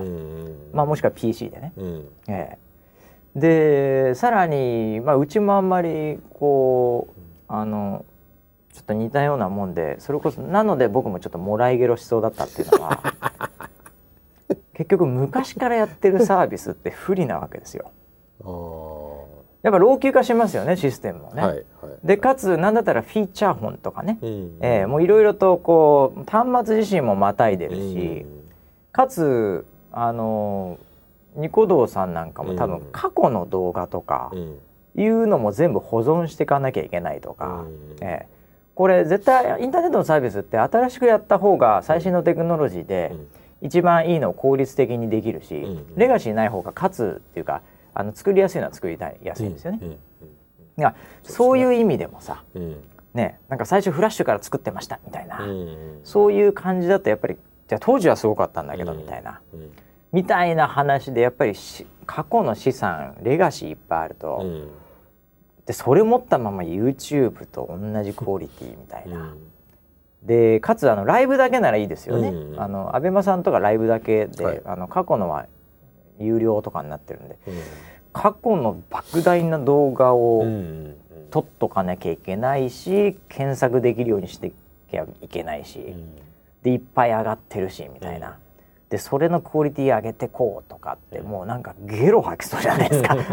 まあもしくは ピーシー でね、うんええでさらに、まあ、うちもあんまりこうあのちょっと似たようなもんでそれこそなので僕もちょっともらいゲロしそうだったっていうのは結局昔からやってるサービスって不利なわけですよ。やっぱ老朽化しますよねシステムもね。はいはい、でかつ何だったらフィーチャーフォンとかね、うんえー、もういろいろとこう端末自身もまたいでるし、うん、かつあのニコ動さんなんかも多分過去の動画とかいうのも全部保存していかなきゃいけないとか、うんええ、これ絶対インターネットのサービスって新しくやった方が最新のテクノロジーで一番いいのを効率的にできるし、うん、レガシーない方がかつっていうかあの作りやすいのは作りやすいんですよね。うんうんうん、そういう意味でもさ、うんね、なんか最初フラッシュから作ってましたみたいな、うん、そういう感じだとやっぱりじゃあ当時はすごかったんだけどみたいな。うんうんみたいな話でやっぱり過去の資産レガシーいっぱいあると、うん、でそれ持ったまま YouTube と同じクオリティみたいな、うん、でかつあのライブだけならいいですよね、うん、あのアベマさんとかライブだけで、はい、あの過去のは有料とかになってるんで、うん、過去の莫大な動画を撮っとかなきゃいけないし検索できるようにしてきゃいけないし、うん、でいっぱい上がってるしみたいな、でそれのクオリティ上げてこうとかってもうなんかゲロ吐きそうじゃないですか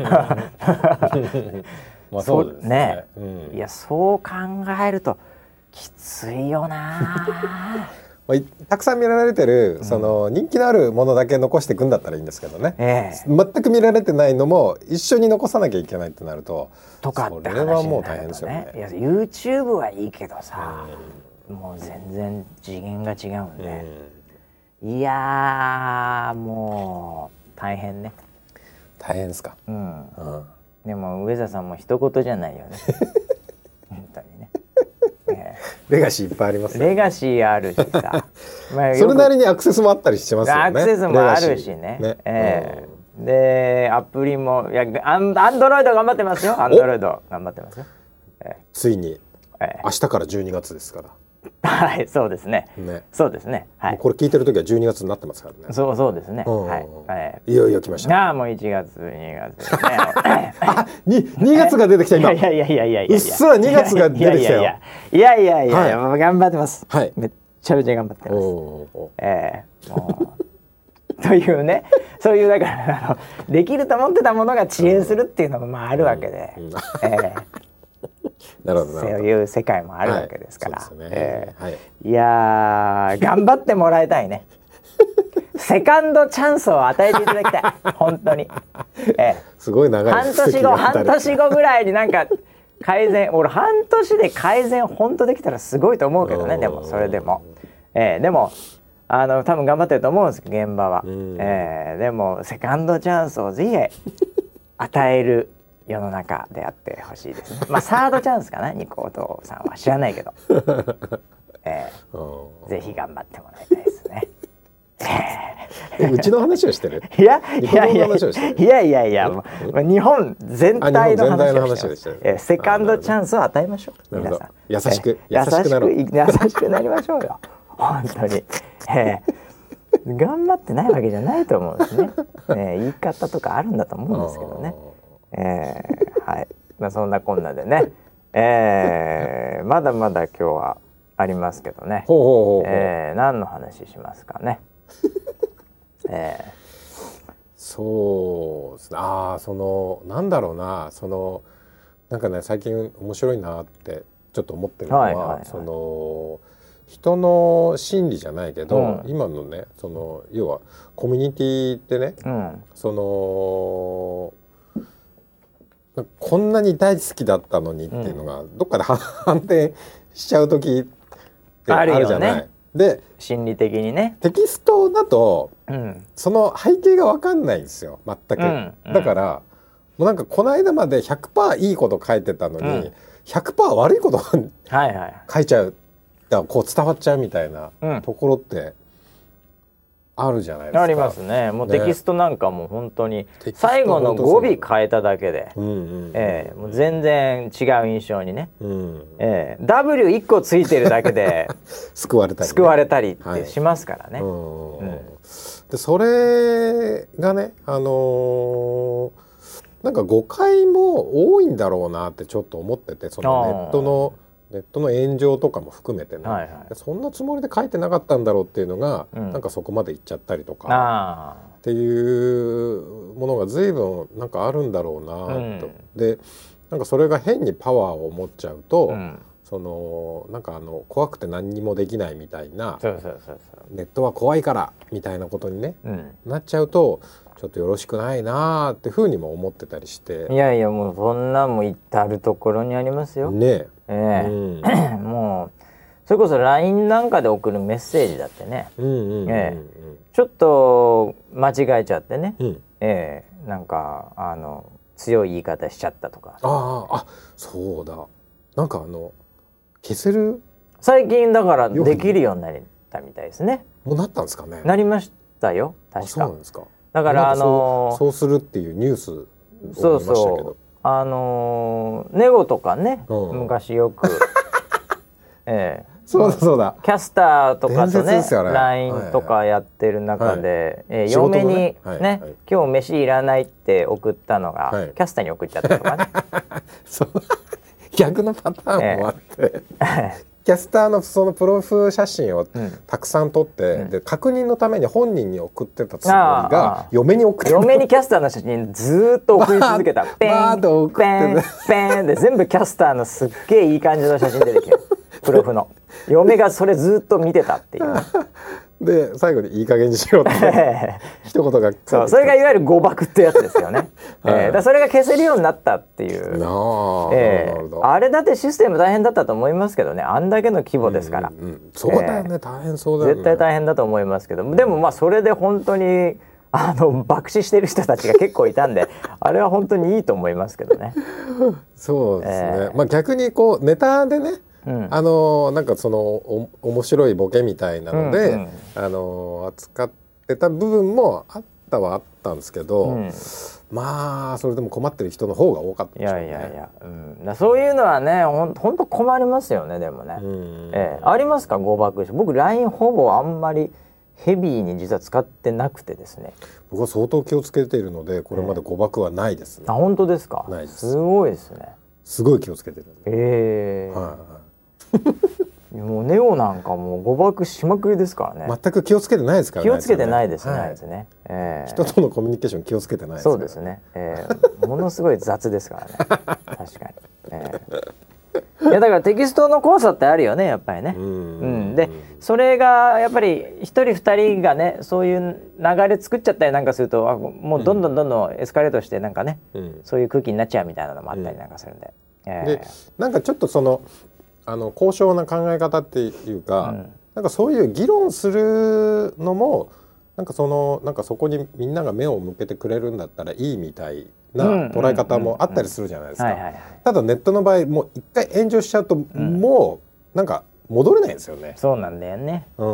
まあそうですね、ね
うん、いやそう考えるときついよな
たくさん見られてる、うん、その人気のあるものだけ残していくんだったらいいんですけどね、えー、全く見られてないのも一緒に残さなきゃいけないってなると
とかって話になるとね、それはもう大変ですよね。いや YouTube はいいけどさ、うん、もう全然次元が違うんで、うんいやーもう大変ね。
大変ですか。うん。
うん、でも上田さんも一言じゃないよね。本当にね。
ねレガシーいっぱいあります、ね。
レガシーあるしさ。
まあ、それなりにアクセスもあったりしてますよね。
アクセスもあるしね。ねえーうん、でアプリもいやアンアンドロイド頑張ってますよ。アンドロイド頑張ってますよ。
えー、ついに、えー、明日からじゅうにがつですから。
はい、そうですね。ねそうですね。はい。
これ聞いてる時はじゅうにがつになってますからね。
そうそうですね。はい。
はい。いよいよ来ました。
ああもういちがつにがつですね。
あ、ににがつが出てきた今。
いやいやいやいやいや。
うっすらにがつが出てきたよ。
いやいやいやいや、もう頑張ってます。はい。めっちゃめちゃ頑張ってます。ええもうというね、そういうだからあのできると思ってたものが遅延するっていうのもまああるわけで。ええ。
なるほど
そういう世界もあるわけですから、はいねえーはい、いや頑張ってもらいたいねセカンドチャンスを与えていただきたい本当に、
えー、すごい長い
半年後半年後ぐらいになんか改善俺半年で改善本当できたらすごいと思うけどね。でもそれでも、えー、でもあの多分頑張ってると思うんです現場は、えー、でもセカンドチャンスをぜひ与える世の中であってほしいですね。まあサードチャンスかなニコ動さんは知らないけど、えー、ぜひ頑張ってもらいたいですね。
えうちの話をしてる
いやいやいやいやいやいやもう日本全体の話をしてる。えセカンドチャンスを与えましょう皆さん。
優しく
優しくなろう優しくなりましょうよ本当に、えー、頑張ってないわけじゃないと思うんですね。ね言い方とかあるんだと思うんですけどね。えー、はい、まあ、そんなこんなでね、えー、まだまだ今日はありますけどね。
ほうほうほうほう、
えー、何の話しますかね。えー、
そうですね。ああそのなんだろうなそのなんかね最近面白いなってちょっと思ってるのは、はいはいはい、その人の心理じゃないけど、うん、今のねその要はコミュニティってね、うん、そのこんなに大好きだったのにっていうのが、うん、どっかで反転しちゃう時ってあるじゃない。あるよね。で
心理的にね
テキストだと、うん、その背景が分かんないんですよ全く、うんうん、だからもうなんかこの間まで ひゃくパーセント いいこと書いてたのに、うん、ひゃくパーセント 悪いこと書いちゃう、だからこう伝わっちゃうみたいなところってあるじゃないですか。
ありますね。もうテキストなんかも本当に最後の語尾変えただけで、うんうんうんえー、もう全然違う印象にね、うんえー、ダブリューいっ 個ついてるだけで
救われたり、ね、
救われたりってしますからね。はいうん
うん、でそれがね、あのー、なんか誤解も多いんだろうなってちょっと思ってて、そのネットのネットの炎上とかも含めてね、はいはい、そんなつもりで書いてなかったんだろうっていうのが、うん、なんかそこまでいっちゃったりとかっていうものが随分なんかあるんだろうなと、うん、でなんかそれが変にパワーを持っちゃうと、うん、そのなんかあの怖くて何にもできないみたいな、そうそうそうそうネットは怖いからみたいなことに、ねうん、なっちゃうとちょっとよろしくないなっていうふうにも思ってたりして。
いやいやもうそんなも至るところにありますよ
ね
えーうん、もうそれこそ ライン なんかで送るメッセージだってね、うんうんうんうんえー、ちょっと間違えちゃってね、うんえー、なんかあの強い言い方しちゃったとか。
ああそうだなんかあの消せる
最近だからできるようになったみたいですね。
もうなったんですかね。
なりましたよ確か。
そうなんですか。
だからあのー、
そうするっていうニュースを見ましたけど、そうそう
あのー、ネゴとかね、うん、昔よく、え
ー、そうだそうだ
キャスターとかとね ライン とかやってる中で、はいはいえー、嫁にね、はいはい、今日飯いらないって送ったのが、はい、キャスターに送っちゃったとかね
そう逆のパターンもあって、えーキャスターのそのプロフ写真をたくさん撮って、うん、で確認のために本人に送ってたつもりが嫁に送ってた。
嫁にキャスターの写真ずっと送り続けた。ペンペンペンで全部キャスターのすっげえいい感じの写真出てきてプロフの嫁がそれずっと見てたっていう、ね、
で最後にいい加減にしろって一言が
そうそれがいわゆる誤爆ってやつですよね、はいえー、だそれが消せるようになったっていうな、えー、あれだってシステム大変だったと思いますけどねあんだけの規模ですから、うんうん、
そうだよね、えー、大変そうだよね
絶対大変だと思いますけどでもまあそれで本当にあの爆死してる人たちが結構いたんであれは本当にいいと思いますけどね
そうですね、えー、まあ逆にこうネタでねうん、あのなんかそのお面白いボケみたいなので、うんうん、あの扱ってた部分もあったはあったんですけど、うん、まあそれでも困ってる人の方が多かったでしょうね。いやいやいや、
うん、だそういうのはねほん、ほんと困りますよねでもね、うんえー、ありますか誤爆僕 ライン ほぼあんまりヘビーに実は使ってなくてですね
僕は相当気をつけているのでこれまで誤爆はないですね、
えー、あ本当ですか。
ないです。
すごいですね。
すごい気をつけてるんで
えー、はいもうネオなんかもう誤爆しまくりですからね。
全く気をつけてないですからね。
気をつけてないですね、はい、あいつね、
えー、人とのコミュニケーション気をつけてないですから
そうですね、えー、ものすごい雑ですからね確かに、えー、いやだからテキストの怖さってあるよねやっぱりね。うん、うん、でそれがやっぱり一人二人がねそういう流れ作っちゃったりなんかするとあもうどんどんどんどんエスカレートしてなんかね、うん、そういう空気になっちゃうみたいなのもあったりなんかするんで、
えー、でなんかちょっとそのあの高尚な考え方っていうか、うん、なんかそういう議論するのもなんかそのなんかそこにみんなが目を向けてくれるんだったらいいみたいな捉え方もあったりするじゃないですか。ただネットの場合もう一回炎上しちゃうともうなんか戻れないんですよね。
そうなんだよね。うん、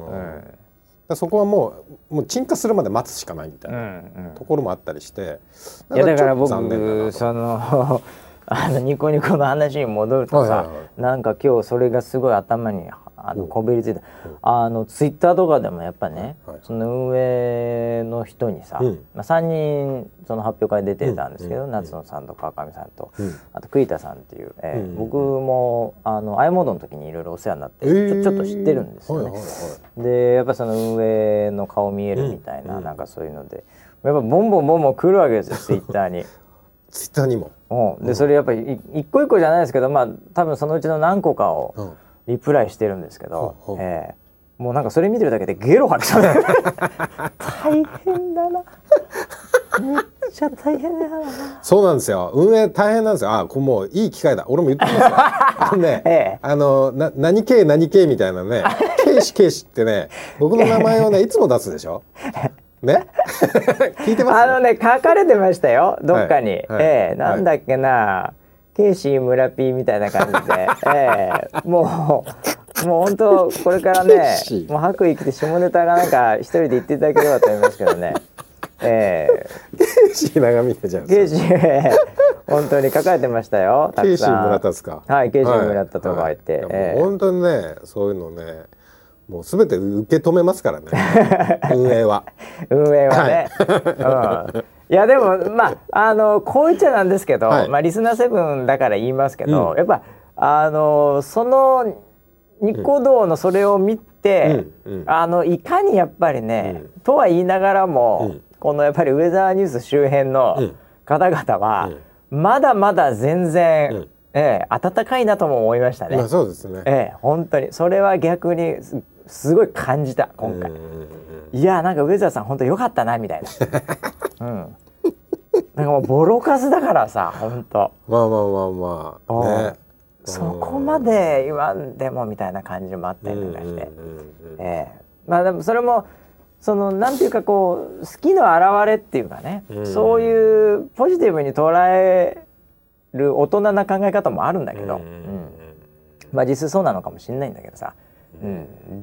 うんそこはもう、もう鎮火するまで待つしかないみたいなところもあったりして、
うんうん、いやだから僕そのあのニコニコの話に戻るとさ、はいはいはい、なんか今日それがすごい頭にあのこびりついた、うん、あのツイッターとかでもやっぱね、はいはい、その運営の人にさ、うんまあ、さんにんその発表会出てたんですけど、うん、夏野さんと川上さんと、うん、あと栗田さんっていう、えーうん、僕もあの i モードの時にいろいろお世話になって、えー、ちょ、ちょっと知ってるんですよね、はいはいはい、でやっぱその運営の顔見えるみたいな、うん、なんかそういうのでやっぱボンボンボンボン来るわけですよツイッターに
ツイッターにも、
うん、でそれやっぱり一個一個じゃないですけどまあ多分そのうちの何個かを、うんリプライしてるんですけど、うんえー、もうなんかそれ見てるだけでゲロ吐きそう大変だなめっちゃ大変だな。
そうなんですよ運営大変なんですよ。あこれもういい機会だ俺も言ってますよあのね、ええ、あのな何系何系みたいなね警視警視ってね僕の名前をねいつも出すでしょね聞いてます、
あのね書かれてましたよどっかに、はいはいえー、なんだっけな、はいケイシー村 P みたいな感じで、えー、もうもう本当これからねもう白衣着て下ネタがなんか一人で言っていただければと思いますけどね、え
ー、ケイシー長峰じゃん
ケイシー、えー、本当に書かれてましたよ
ケイシー村田ですか
はいケイシー村田とか言って、はい
はいえー、本当にねそういうのねもうすべて受け止めますからね運営は
運営はね、はいうんいやでもまああのこう言っちゃなんですけど、はいまあ、リスナーセブンだから言いますけど、うん、やっぱあのそのニコ動のそれを見て、うんうん、あのいかにやっぱりね、うん、とは言いながらも、うん、このやっぱりウェザーニュース周辺の方々は、うん、まだまだ全然、うんえー、温かいなとも思いましたね。
まあ、そうですね、
えー、本当にそれは逆に す, すごい感じた今回。いやなんかウェザーさん本当良かったなみたいな。うん、なんかもうボロカスだからさ本当
まあまあまあまあね
そこまで言わんでもみたいな感じもあったりとかして、ええまあでもそれもそのなんていうかこう好きの表れっていうかね、うん、そういうポジティブに捉える大人な考え方もあるんだけど、うんうん、まあ実際そうなのかもしれないんだけどさ、うん、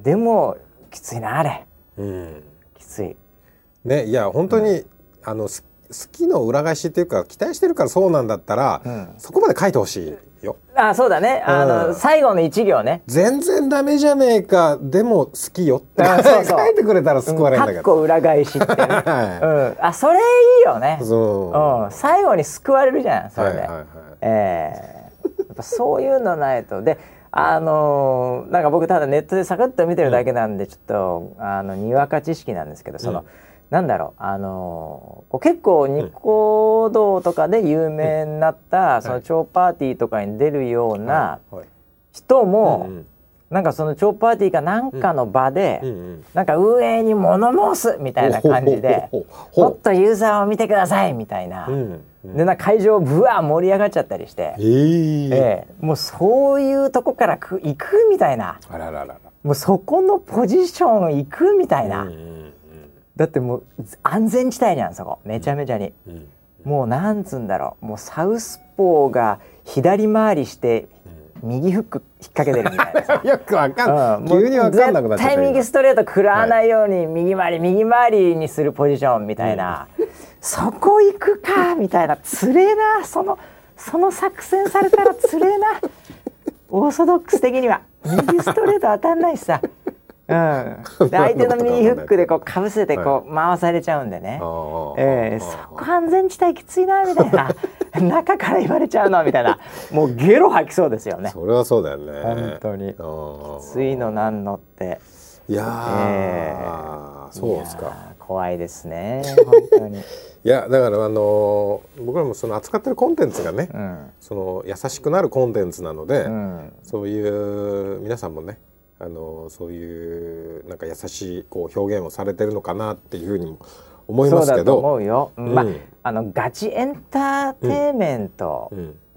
でもきついなあれ、うん、きつい
ね。いや本当に、うん、あの好きの裏返しっていうか期待してるからそうなんだったら、うん、そこまで書いてほしいよ。
あそうだね、あの、うん、最後の一行ね
全然ダメじゃねえかでも好きよってそうそう書いてくれたら救われるんだけど、
かっこ裏返しってね、はいうん、あそれいいよねそう、うん、最後に救われるじゃんそれで、はいはいはいえー、やっぱそういうのないとであのー、なんか僕ただネットでサクッと見てるだけなんで、うん、ちょっとあのにわか知識なんですけどその、うんなんだろう、あのー、こう結構ニコ動とかで有名になった、うん、その超パーティーとかに出るような人も、うんうん、なんかその超パーティーかなんかの場で、うんうん、なんか運営に物申すみたいな感じでもっとユーザーを見てくださいみたいな、うんうん、でなんか会場ブワー盛り上がっちゃったりして、えーえー、もうそういうとこからく行くみたいなあららららもうそこのポジション行くみたいな、うんうんだってもう安全地帯じゃんそこめちゃめちゃに、うんうん、もうなんつうんだろうもうサウスポーが左回りして右フック引っ掛けてるみたいなさ
よくわかんない、うん、急にわかんなくなっちゃった
絶対右ストレート食らわないように右回り、はい、右回りにするポジションみたいな、うん、そこ行くかみたいなつれえなそのその作戦されたらつれえなオーソドックス的には右ストレート当たんないしさうん、で相手の右フックでこうかぶせてこう回されちゃうんでね、はいえー、そこ安全地帯きついなみたいな中から言われちゃうのみたいなもうゲロ吐きそうですよね。
それはそうだよね
本当にきついのなんのって
いやー、えー、そうですか
怖いですね本当にい
やだからあのー、僕らもその扱ってるコンテンツがね、うん、その優しくなるコンテンツなので、うん、そういう皆さんもねあのそういうなんか優しいこう表現をされてるのかなっていうふうにも思いますけど
そうだと思うよ、うんまあ、あのガチエンターテインメントっ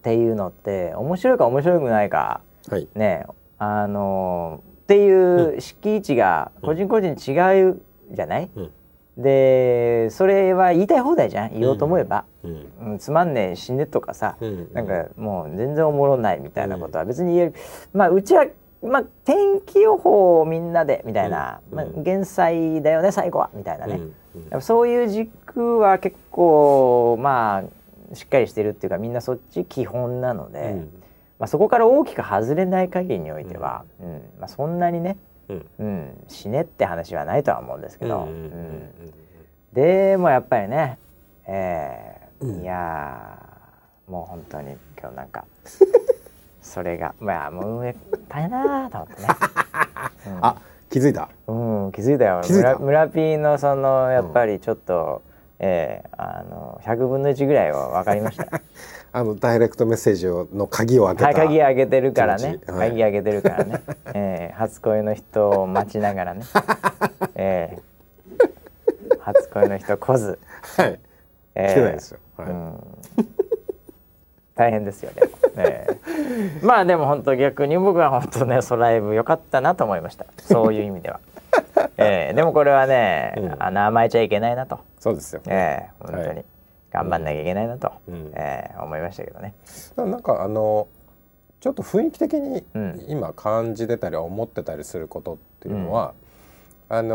っていうのって面白いか面白くないか、
はい、
ねあのっていう敷地が個人個人違うじゃない、うん、でそれは言いたい放題じゃん言おうと思えば、うんうん、つまんねえ死ねとかさ、うん、なんかもう全然おもろないみたいなことは別に言える、まあうちはまあ、天気予報をみんなでみたいな、うんまあ、減災だよね最後はみたいなね、うんうん、そういう軸は結構まあしっかりしてるっていうかみんなそっち基本なので、うんまあ、そこから大きく外れない限りにおいては、うんうんまあ、そんなにね、うんうん、死ねって話はないとは思うんですけど、うんうんうん、でもやっぱりね、えーうん、いやもう本当に今日なんかそれがまあもう運営大変だなと思ってね、
うん、あ気づいた
うん気づいたよ村, 村 P のそのやっぱりちょっと、うんえー、あのひゃくぶんのいちぐらいは分かりました
あのダイレクトメッセージの鍵を開けた、
はい、鍵開けてるからね、はい、鍵開けてるからね、えー、初恋の人を待ちながらね、えー、初恋の人来ず
はい、えー、来てないですよ、はい、うん
大変ですよね、えー、まあでも本当逆に僕は本当ねソライブ良かったなと思いましたそういう意味では、えー、でもこれはね、うん、あの甘えちゃいけないなと
そうですよ、
えー、本当に頑張んなきゃいけないなと、うんえー、思いましたけどね
なんかあのちょっと雰囲気的に今感じてたり思ってたりすることっていうのは、うん、あの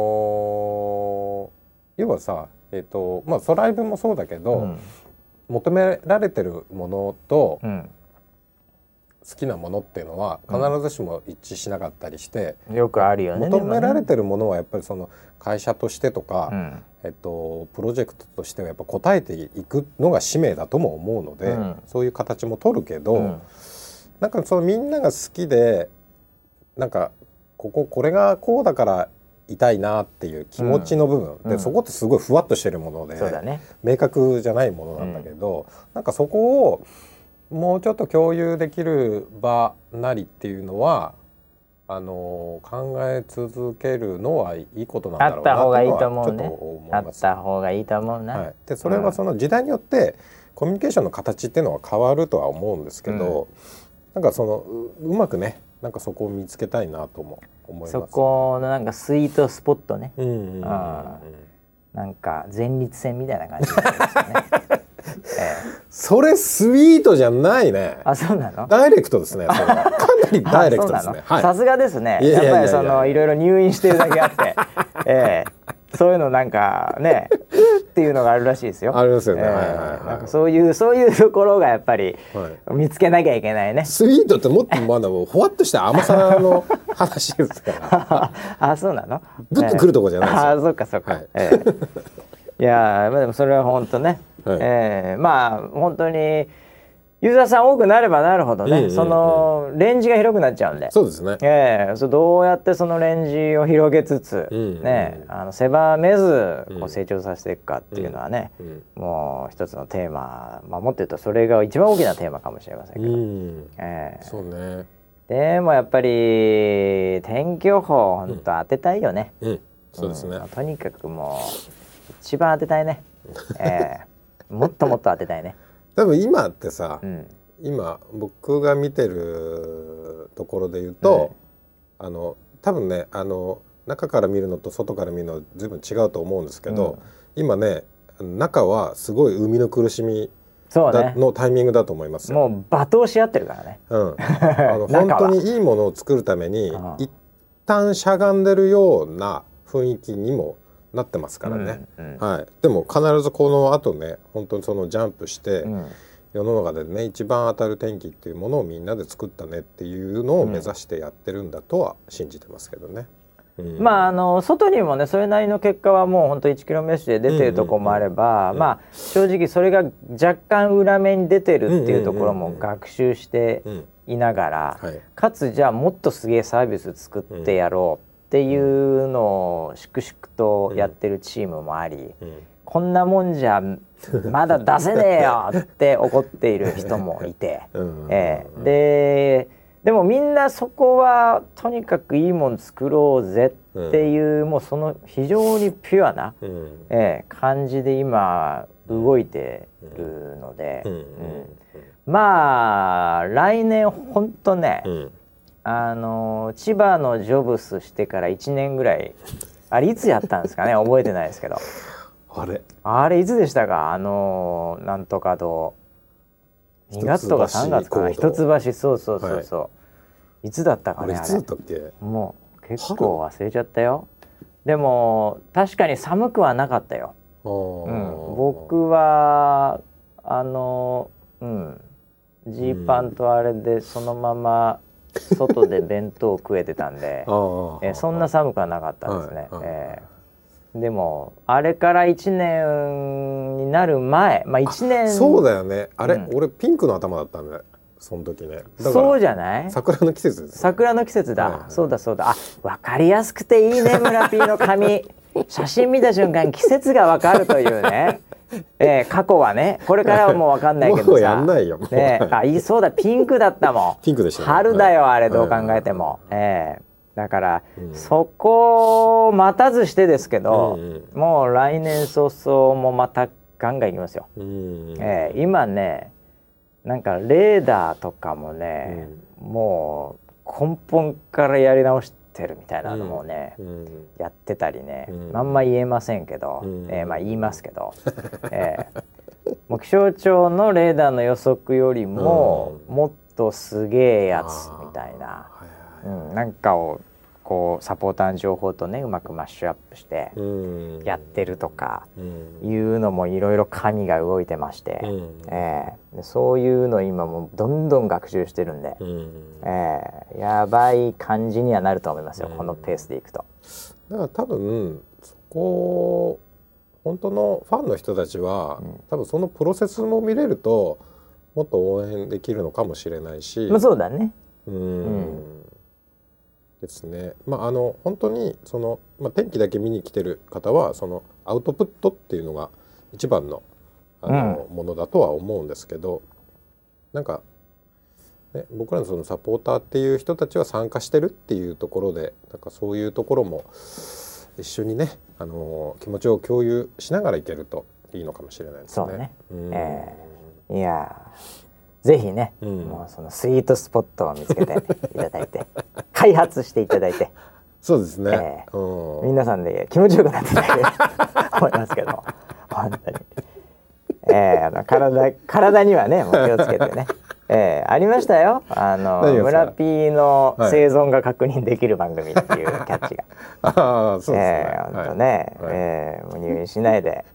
ー、要はさえっとまあソライブもそうだけど、うん求められてるものと好きなものっていうのは必ずしも一致しなかったりして、
うん、よくあるよね。
求められてるものはやっぱりその会社としてとか、うんえっと、プロジェクトとしてはやっぱ答えていくのが使命だとも思うので、うん、そういう形も取るけど、うん、なんかそのみんなが好きでなんかこここれがこうだから痛いなっていう気持ちの部分、うん、でそこってすごいふわっとしてるもので、うんね、明確じゃないものなんだけど、うん、なんかそこをもうちょっと共有できる場なりっていうのはあの考え続けるのはいいことなんだろうなっていうのはちょっと思います。
あった方がいいと思うな。はい、
でそれはその時代によってコミュニケーションの形っていうのは変わるとは思うんですけど、うん、なんかその う, うまくねなんかそこを見つけたいなとも思います。
そこのなんかスイートスポットね、うんうんうんうん、なんか前立腺みたいな感じですね、
えー、それスイートじゃないね。
あ、そうなの？
ダイレクトですね。それはかなりダイレクトですね。
さすがですね。やっぱりそのいろいろ入院してるだけあって、えー、そういうのなんかねっていうのがあるらしいですよ。
ありますよね。えー
はいはいはい、なんかそういうそういうところがやっぱり見つけなきゃいけないね。
スイートってもっとまだふわっとした甘さの話ですから。
あ、そうなの？
ぶっとくるとこじゃないですよ。
あ、そうかそうか。はい、えー、いやまあでもそれは本当ね。はいえー、まあ本当にユーザーさん多くなればなるほどね、うんうんうん、そのレンジが広くなっちゃうんで、
そうですね、
えー、そどうやってそのレンジを広げつつ、うんうん、ね、あの狭めずこう成長させていくかっていうのはね、うんうん、もう一つのテーマ、まあ、もっと言うとそれが一番大きなテーマかもしれませんけど、うんえー、
そうね。
でもやっぱり天気予報本当当てたいよね、
うんうん、そうですね、
うん、とにかくもう一番当てたいね、えーもっともっと当てたいね。
多分今ってさ、うん、今僕が見てるところで言うと、うん、あの多分ねあの中から見るのと外から見るの随分違うと思うんですけど、うん、今ね中はすごい生みの苦しみだ、ね、のタイミングだと思いますよ。
もう罵倒し合ってるからね、うん、
あの本当にいいものを作るために一旦しゃがんでるような雰囲気にもなってますからね、うんうんはい、でも必ずこの後ね本当にそのジャンプして、うん、世の中でね一番当たる天気っていうものをみんなで作ったねっていうのを目指してやってるんだとは信じてますけどね、うん、
まああの外にもねそれなりの結果はもう本当いちキロメッシュで出てるところもあれば、うんうんうん、まあ正直それが若干裏目に出てるっていうところも学習していながら、うんうんうんはい、かつじゃあもっとすげえサービス作ってやろうっていうのを粛々とやってるチームもあり、うんうん、こんなもんじゃまだ出せねえよって怒っている人もいて、うんえー、ででもみんなそこはとにかくいいもん作ろうぜっていう、うん、もうその非常にピュアな、うん、えー、感じで今動いてるので、うんうん、まあ来年ほんとね、うん、あの千葉のジョブスしてからいちねんぐらい、あれいつやったんですかね覚えてないですけど
あれ
あれいつでしたか、あのなんとかとにがつとかさんがつかな、一橋、そうそうそうそう、はい、いつだったかね、あれいつだったっけ、もう結構忘れちゃったよ。でも確かに寒くはなかったよ、うん、僕はあのうんジーパンとあれでそのまま外で弁当食えてたんでえそんな寒くはなかったですね、えー、でもあれからいちねんになる前、まあいちねん、
そうだよね、あれ、うん、俺ピンクの頭だったんだよその時ね。だから
そうじゃない、
桜の季節です、ね、
桜の季節だ、はいはい、そうだそうだ、あ、分かりやすくていいね村 P の髪写真見た瞬間季節が分かるというねえー、過去はね、これからはもう分かんないけどさ、
もうやんないよ、
ね、あ、いい、そうだ、ピンクだったもん
ピンクでした、ね、
春だよあれ、どう考えても、はい、えー、だから、うん、そこを待たずしてですけど、うんうん、もう来年早々もまたガンガンいきますよ、うん、えー、今ねなんかレーダーとかもね、うん、もう根本からやり直してるみたいなのもね、うんうん、やってたりね、うん、あんま言えませんけど、うん、えー、まあ言いますけど、えー、もう気象庁のレーダーの予測よりも、うん、もっとすげえやつみたいな、うん、なんかをこうサポーターの情報とねうまくマッシュアップしてやってるとかいうのもいろいろ紙が動いてまして、うん、えー、そういうの今もどんどん学習してるんで、うん、えー、やばい感じにはなると思いますよ、うん、このペースでいくと。
だから多分そこ本当のファンの人たちは、うん、多分そのプロセスも見れるともっと応援できるのかもしれないし、
まあ、そうだね、
うん、うんですね。まああの本当にその、まあ、天気だけ見に来てる方はそのアウトプットっていうのが一番の、あの、うん、ものだとは思うんですけど、なんか、ね、僕らのそのサポーターっていう人たちは参加してるっていうところで、なんかそういうところも一緒にね、あの気持ちを共有しながらいけるといいのかもしれないですね。
そうね。うん、えー、いやぜひね、うん、もうそのスイートスポットを見つけていただいて開発していただいて、
そうですね、
えー、うん、皆さんで気持ちよくなっていただければと思いますけど本当に、えー、あの 体, 体にはねもう気をつけてね、えー、ありましたよ、あの村 P の生存が確認できる番組っていうキャッチが、
はい、あ、そうですね、
えー、本当ね、はい、えー、もう入院しないで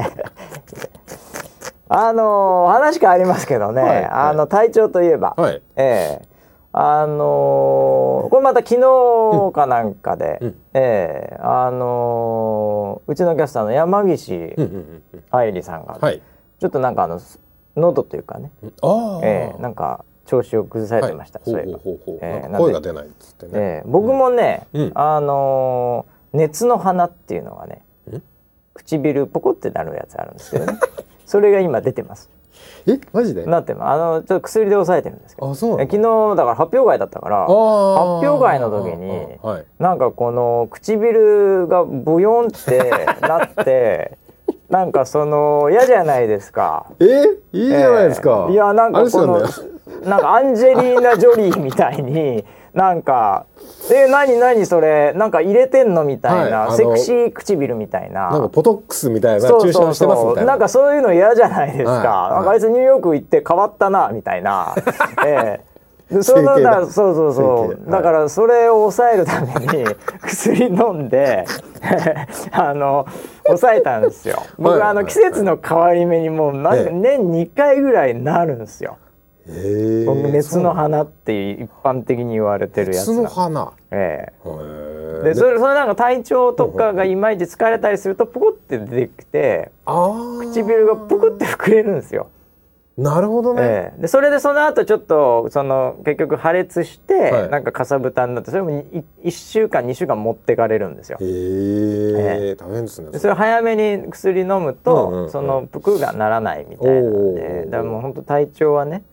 あの話変わりますけどね、はい、あの体調といえば、はい、えー、あのー、これまた昨日かなんかで、うん、えー、あのー、うちのキャスターの山岸愛理さんが、はい、ちょっとなんかあの喉というかね、あ、えー、なんか調子を崩されてました、はい、そういえば、
えー、声が出ないっつってね、
えー、僕もね、うん、あのー、熱の鼻っていうのがね、うん、唇ポコってなるやつあるんですけどねそれが今出てます。
え、マジで？
なってます。あのちょっと薬で抑えてるんですけど。
あ、そうなの？
昨日だから発表会だったから、発表会の時に、はい、なんかこの唇がブヨンってなってなんかその嫌じゃないですか。
え、いいじゃないですか。
えー、いやなんかこのなんかアンジェリーナ・ジョリーみたいになんかえ何何それなんか入れてんのみたいな、はい、セクシー唇みたいな、
なんかポトックスみたいな注射してますみたいな、
なんかそういうの嫌じゃないですか、はい、なんかあいつニューヨーク行って変わったなみたいな、えー、そのだそうそうそう、だからそれを抑えるために薬飲んであの抑えたんですよ。僕、はい、あの季節の変わり目にもうなんか年にかいぐらいなるんですよ。えー、熱の花って一般的に言われてるやつ。
熱の花。
ええー。でそれそれなんか体調とかがいまいち疲れたりするとプクって出てきて、唇がプクって膨れるんですよ。
なるほどね、
えー、でそれでその後ちょっとその結局破裂して、はい、なんかかさぶたになって、それもいいっしゅうかんにしゅうかん持ってかれるんですよ。へ
え、大変ですね。
それ早めに薬飲むと、うんうんうん、そのプクがならないみたいなので、だからもう本当体調はね、うん、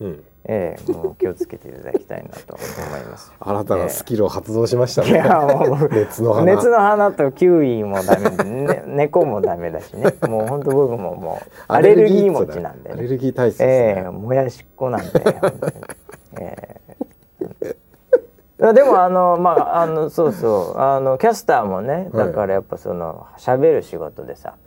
えー、もう気をつけていただきたいなと思います。
新たなスキルを発動しましたね。
いやもう
熱の花
熱の花とキウイもダメで、ね、猫もダメだしね。もう本当僕ももうアレルギー持ちなんで、ね、
アレルギー体質ですね。
えー、もやしっこなんで、本当にえー、でもあのまああのそうそうあのキャスターもね、だからやっぱその喋る仕事でさ、
うん、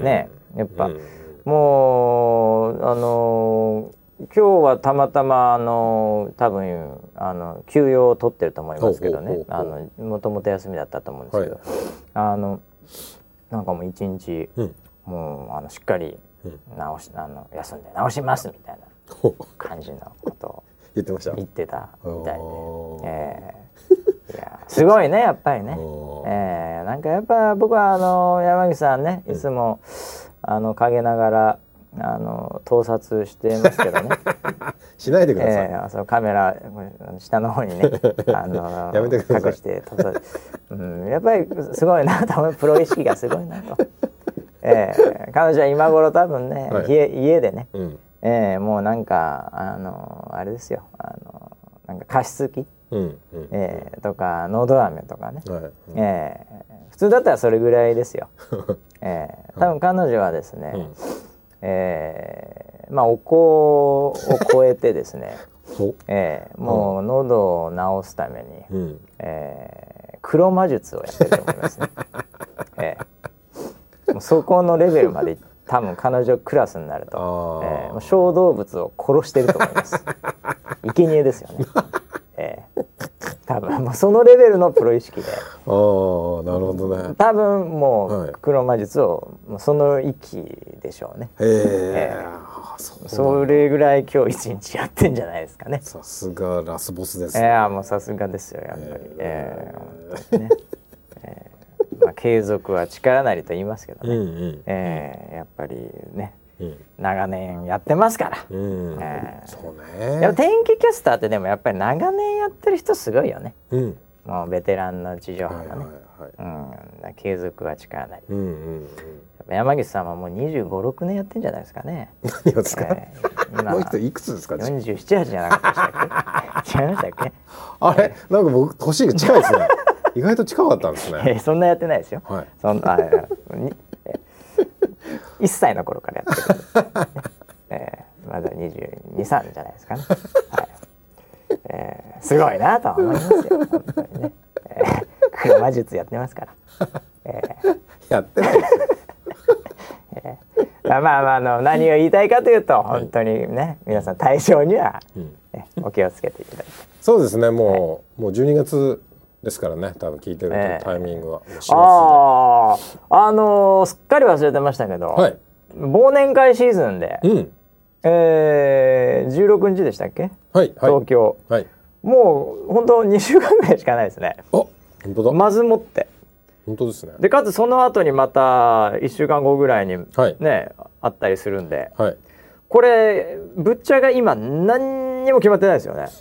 ねやっぱ、うん、もうあの今日はたまたまあの多分あの休養を取ってると思いますけどね、あのもともと休みだったと思うんですけど、はい、あのなんかもう一日、うん、もうあのしっかり直し、あの休んで直しますみたいな感じのことを
言ってました。
言ってたみたいで、えー、いやすごいねやっぱりね、えー、なんかやっぱ僕はあの山口さんねいつも、うん、あの陰ながらあの盗撮してますけどね
しないでください、
えー、そのカメラ下の方にねあの
やめてください。
隠して盗撮、うん、やっぱりすごいなとプロ意識がすごいなと、えー、彼女は今頃多分ね、はい、家, 家でね、うんえー、もうなんかあのあれですよあのなんか加湿器、うんうんえー、とかのど飴とかね、はいうんえー、普通だったらそれぐらいですよ、えー、多分彼女はですね、うんえー、まあお香を超えてですね、えー、もう喉を治すために、うんえー、黒魔術をやってると思いますね、えー、もうそこのレベルまで多分彼女クラスになると、えー、もう小動物を殺してると思います生贄ですよね、えー、多分もうそのレベルのプロ意識でああなる
ほどね
多分もう黒魔術をもうその域でしょうね、
へえ
ー、そ, それぐらい今日一日やってんじゃないですかね。
さすがラスボスですね。
いやもうさすがですよやっぱり、えーえーねえーまあ、継続は力なりと言いますけどね、うんうんえー、やっぱりね、うん、長年やってますから、うんえー、そうねやっぱ天気キャスターってでもやっぱり長年やってる人すごいよね、うん、もうベテランの地上波がね、はいはいはいうん、継続は力なり、うんうんうん山口さんはもうにじゅうご、ろくねんやってんじゃないですかね。
何をですか、えー、今この人いくつですか。
よんじゅうなな、はちじゃなかったでしたっけ違いましたっけ
あれ、えー、なんか僕年が近いですね意外と近かったんですね、
えー、そんなやってないですよ、はい、そんないっさいの頃からやってる、えー、まだにじゅうに、さんじゃないですかね、はいえー、すごいなと思いますよ本当にね、えー、黒魔術やってますから、えー
やってないですよ
えー、まあまああの何を言いたいかというと、はい、本当にね皆さん対象には、うんね、お気をつけていただいて
そうですねもう、はい、もうじゅうにがつですからね多分聞いてるタイミングは、えー、
あああのー、すっかり忘れてましたけど、はい、忘年会シーズンで、うんえー、じゅうろくにちでしたっけ、はい、東京、はい、もう本当にしゅうかんぐらいしかないですね。
あ本当だ
まずもって
本当ですね。
でかつその後にまたいっしゅうかんごぐらいにね、はい、あったりするんで、はい、これぶっちゃが今何にも決まってないですよね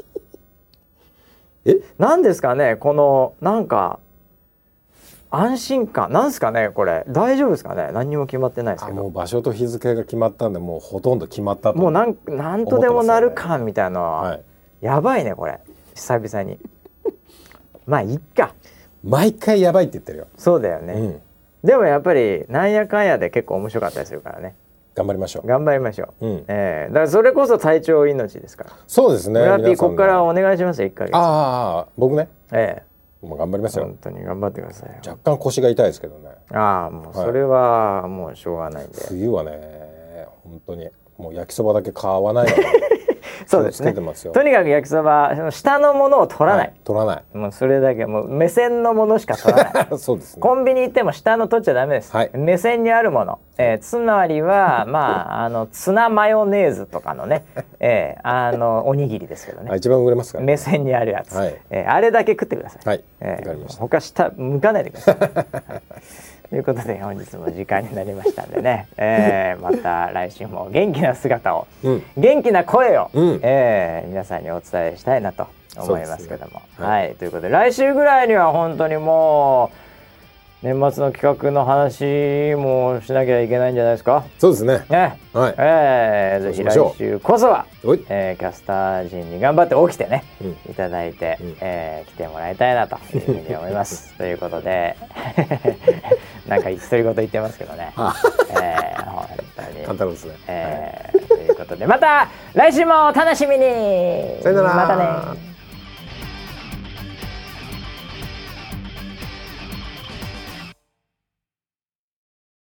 えなんですかねこのなんか安心感なんですかねこれ大丈夫ですかね何にも決まってないですけど
もう場所と日付が決まったんでもうほとんど決まったと
もうなんなんとでもなる感みたいなのは、はい、やばいねこれ久々にまあいっか
毎回やばいって言ってるよ。
そうだよね、うん、でもやっぱりなんやかんやで結構面白かったりするからね
頑張りましょう
頑張りましょう、うんえー、だからそれこそ体調命ですから
そうですね
村 P ここからお願いしますよいっかげつ
ああ僕ね
え
えもう頑張りますよ
本当に頑張ってください
若干腰が痛いですけどね
ああもうそれはもうしょうがないんで、
はい、冬はね本当にもう焼きそばだけ買わない
そうですね。とにかく焼きそば下のものを取らない、はい、
取らない
もうそれだけもう目線のものしか取らない
そうですね
コンビニ行っても下の取っちゃダメです、はい、目線にあるもの、えー、つまりはまああのツナマヨネーズとかのね、えー、あのおにぎりですけどね
一番売れますから、ね、
目線にあるやつ、はいえー、あれだけ食ってください、はいえー、他下向かないでください、はいということで本日も時間になりましたんでね、えー、また来週も元気な姿を、うん、元気な声を、うんえー、皆さんにお伝えしたいなと思いますけども、ねはい、はい、ということで来週ぐらいには本当にもう年末の企画の話もしなきゃいけないんじゃないですか。
そうですね。
ね、はい、えー、ぜひ来週こそは、えー、キャスター陣に頑張って起きてね、うん、いただいて、うん、えー、来てもらいたいなというふうに思います。ということでなんか独り言言ってますけどね。えー、本当に
簡単ですね。
えー、ということでまた来週も楽しみに。
さよなら。
またね。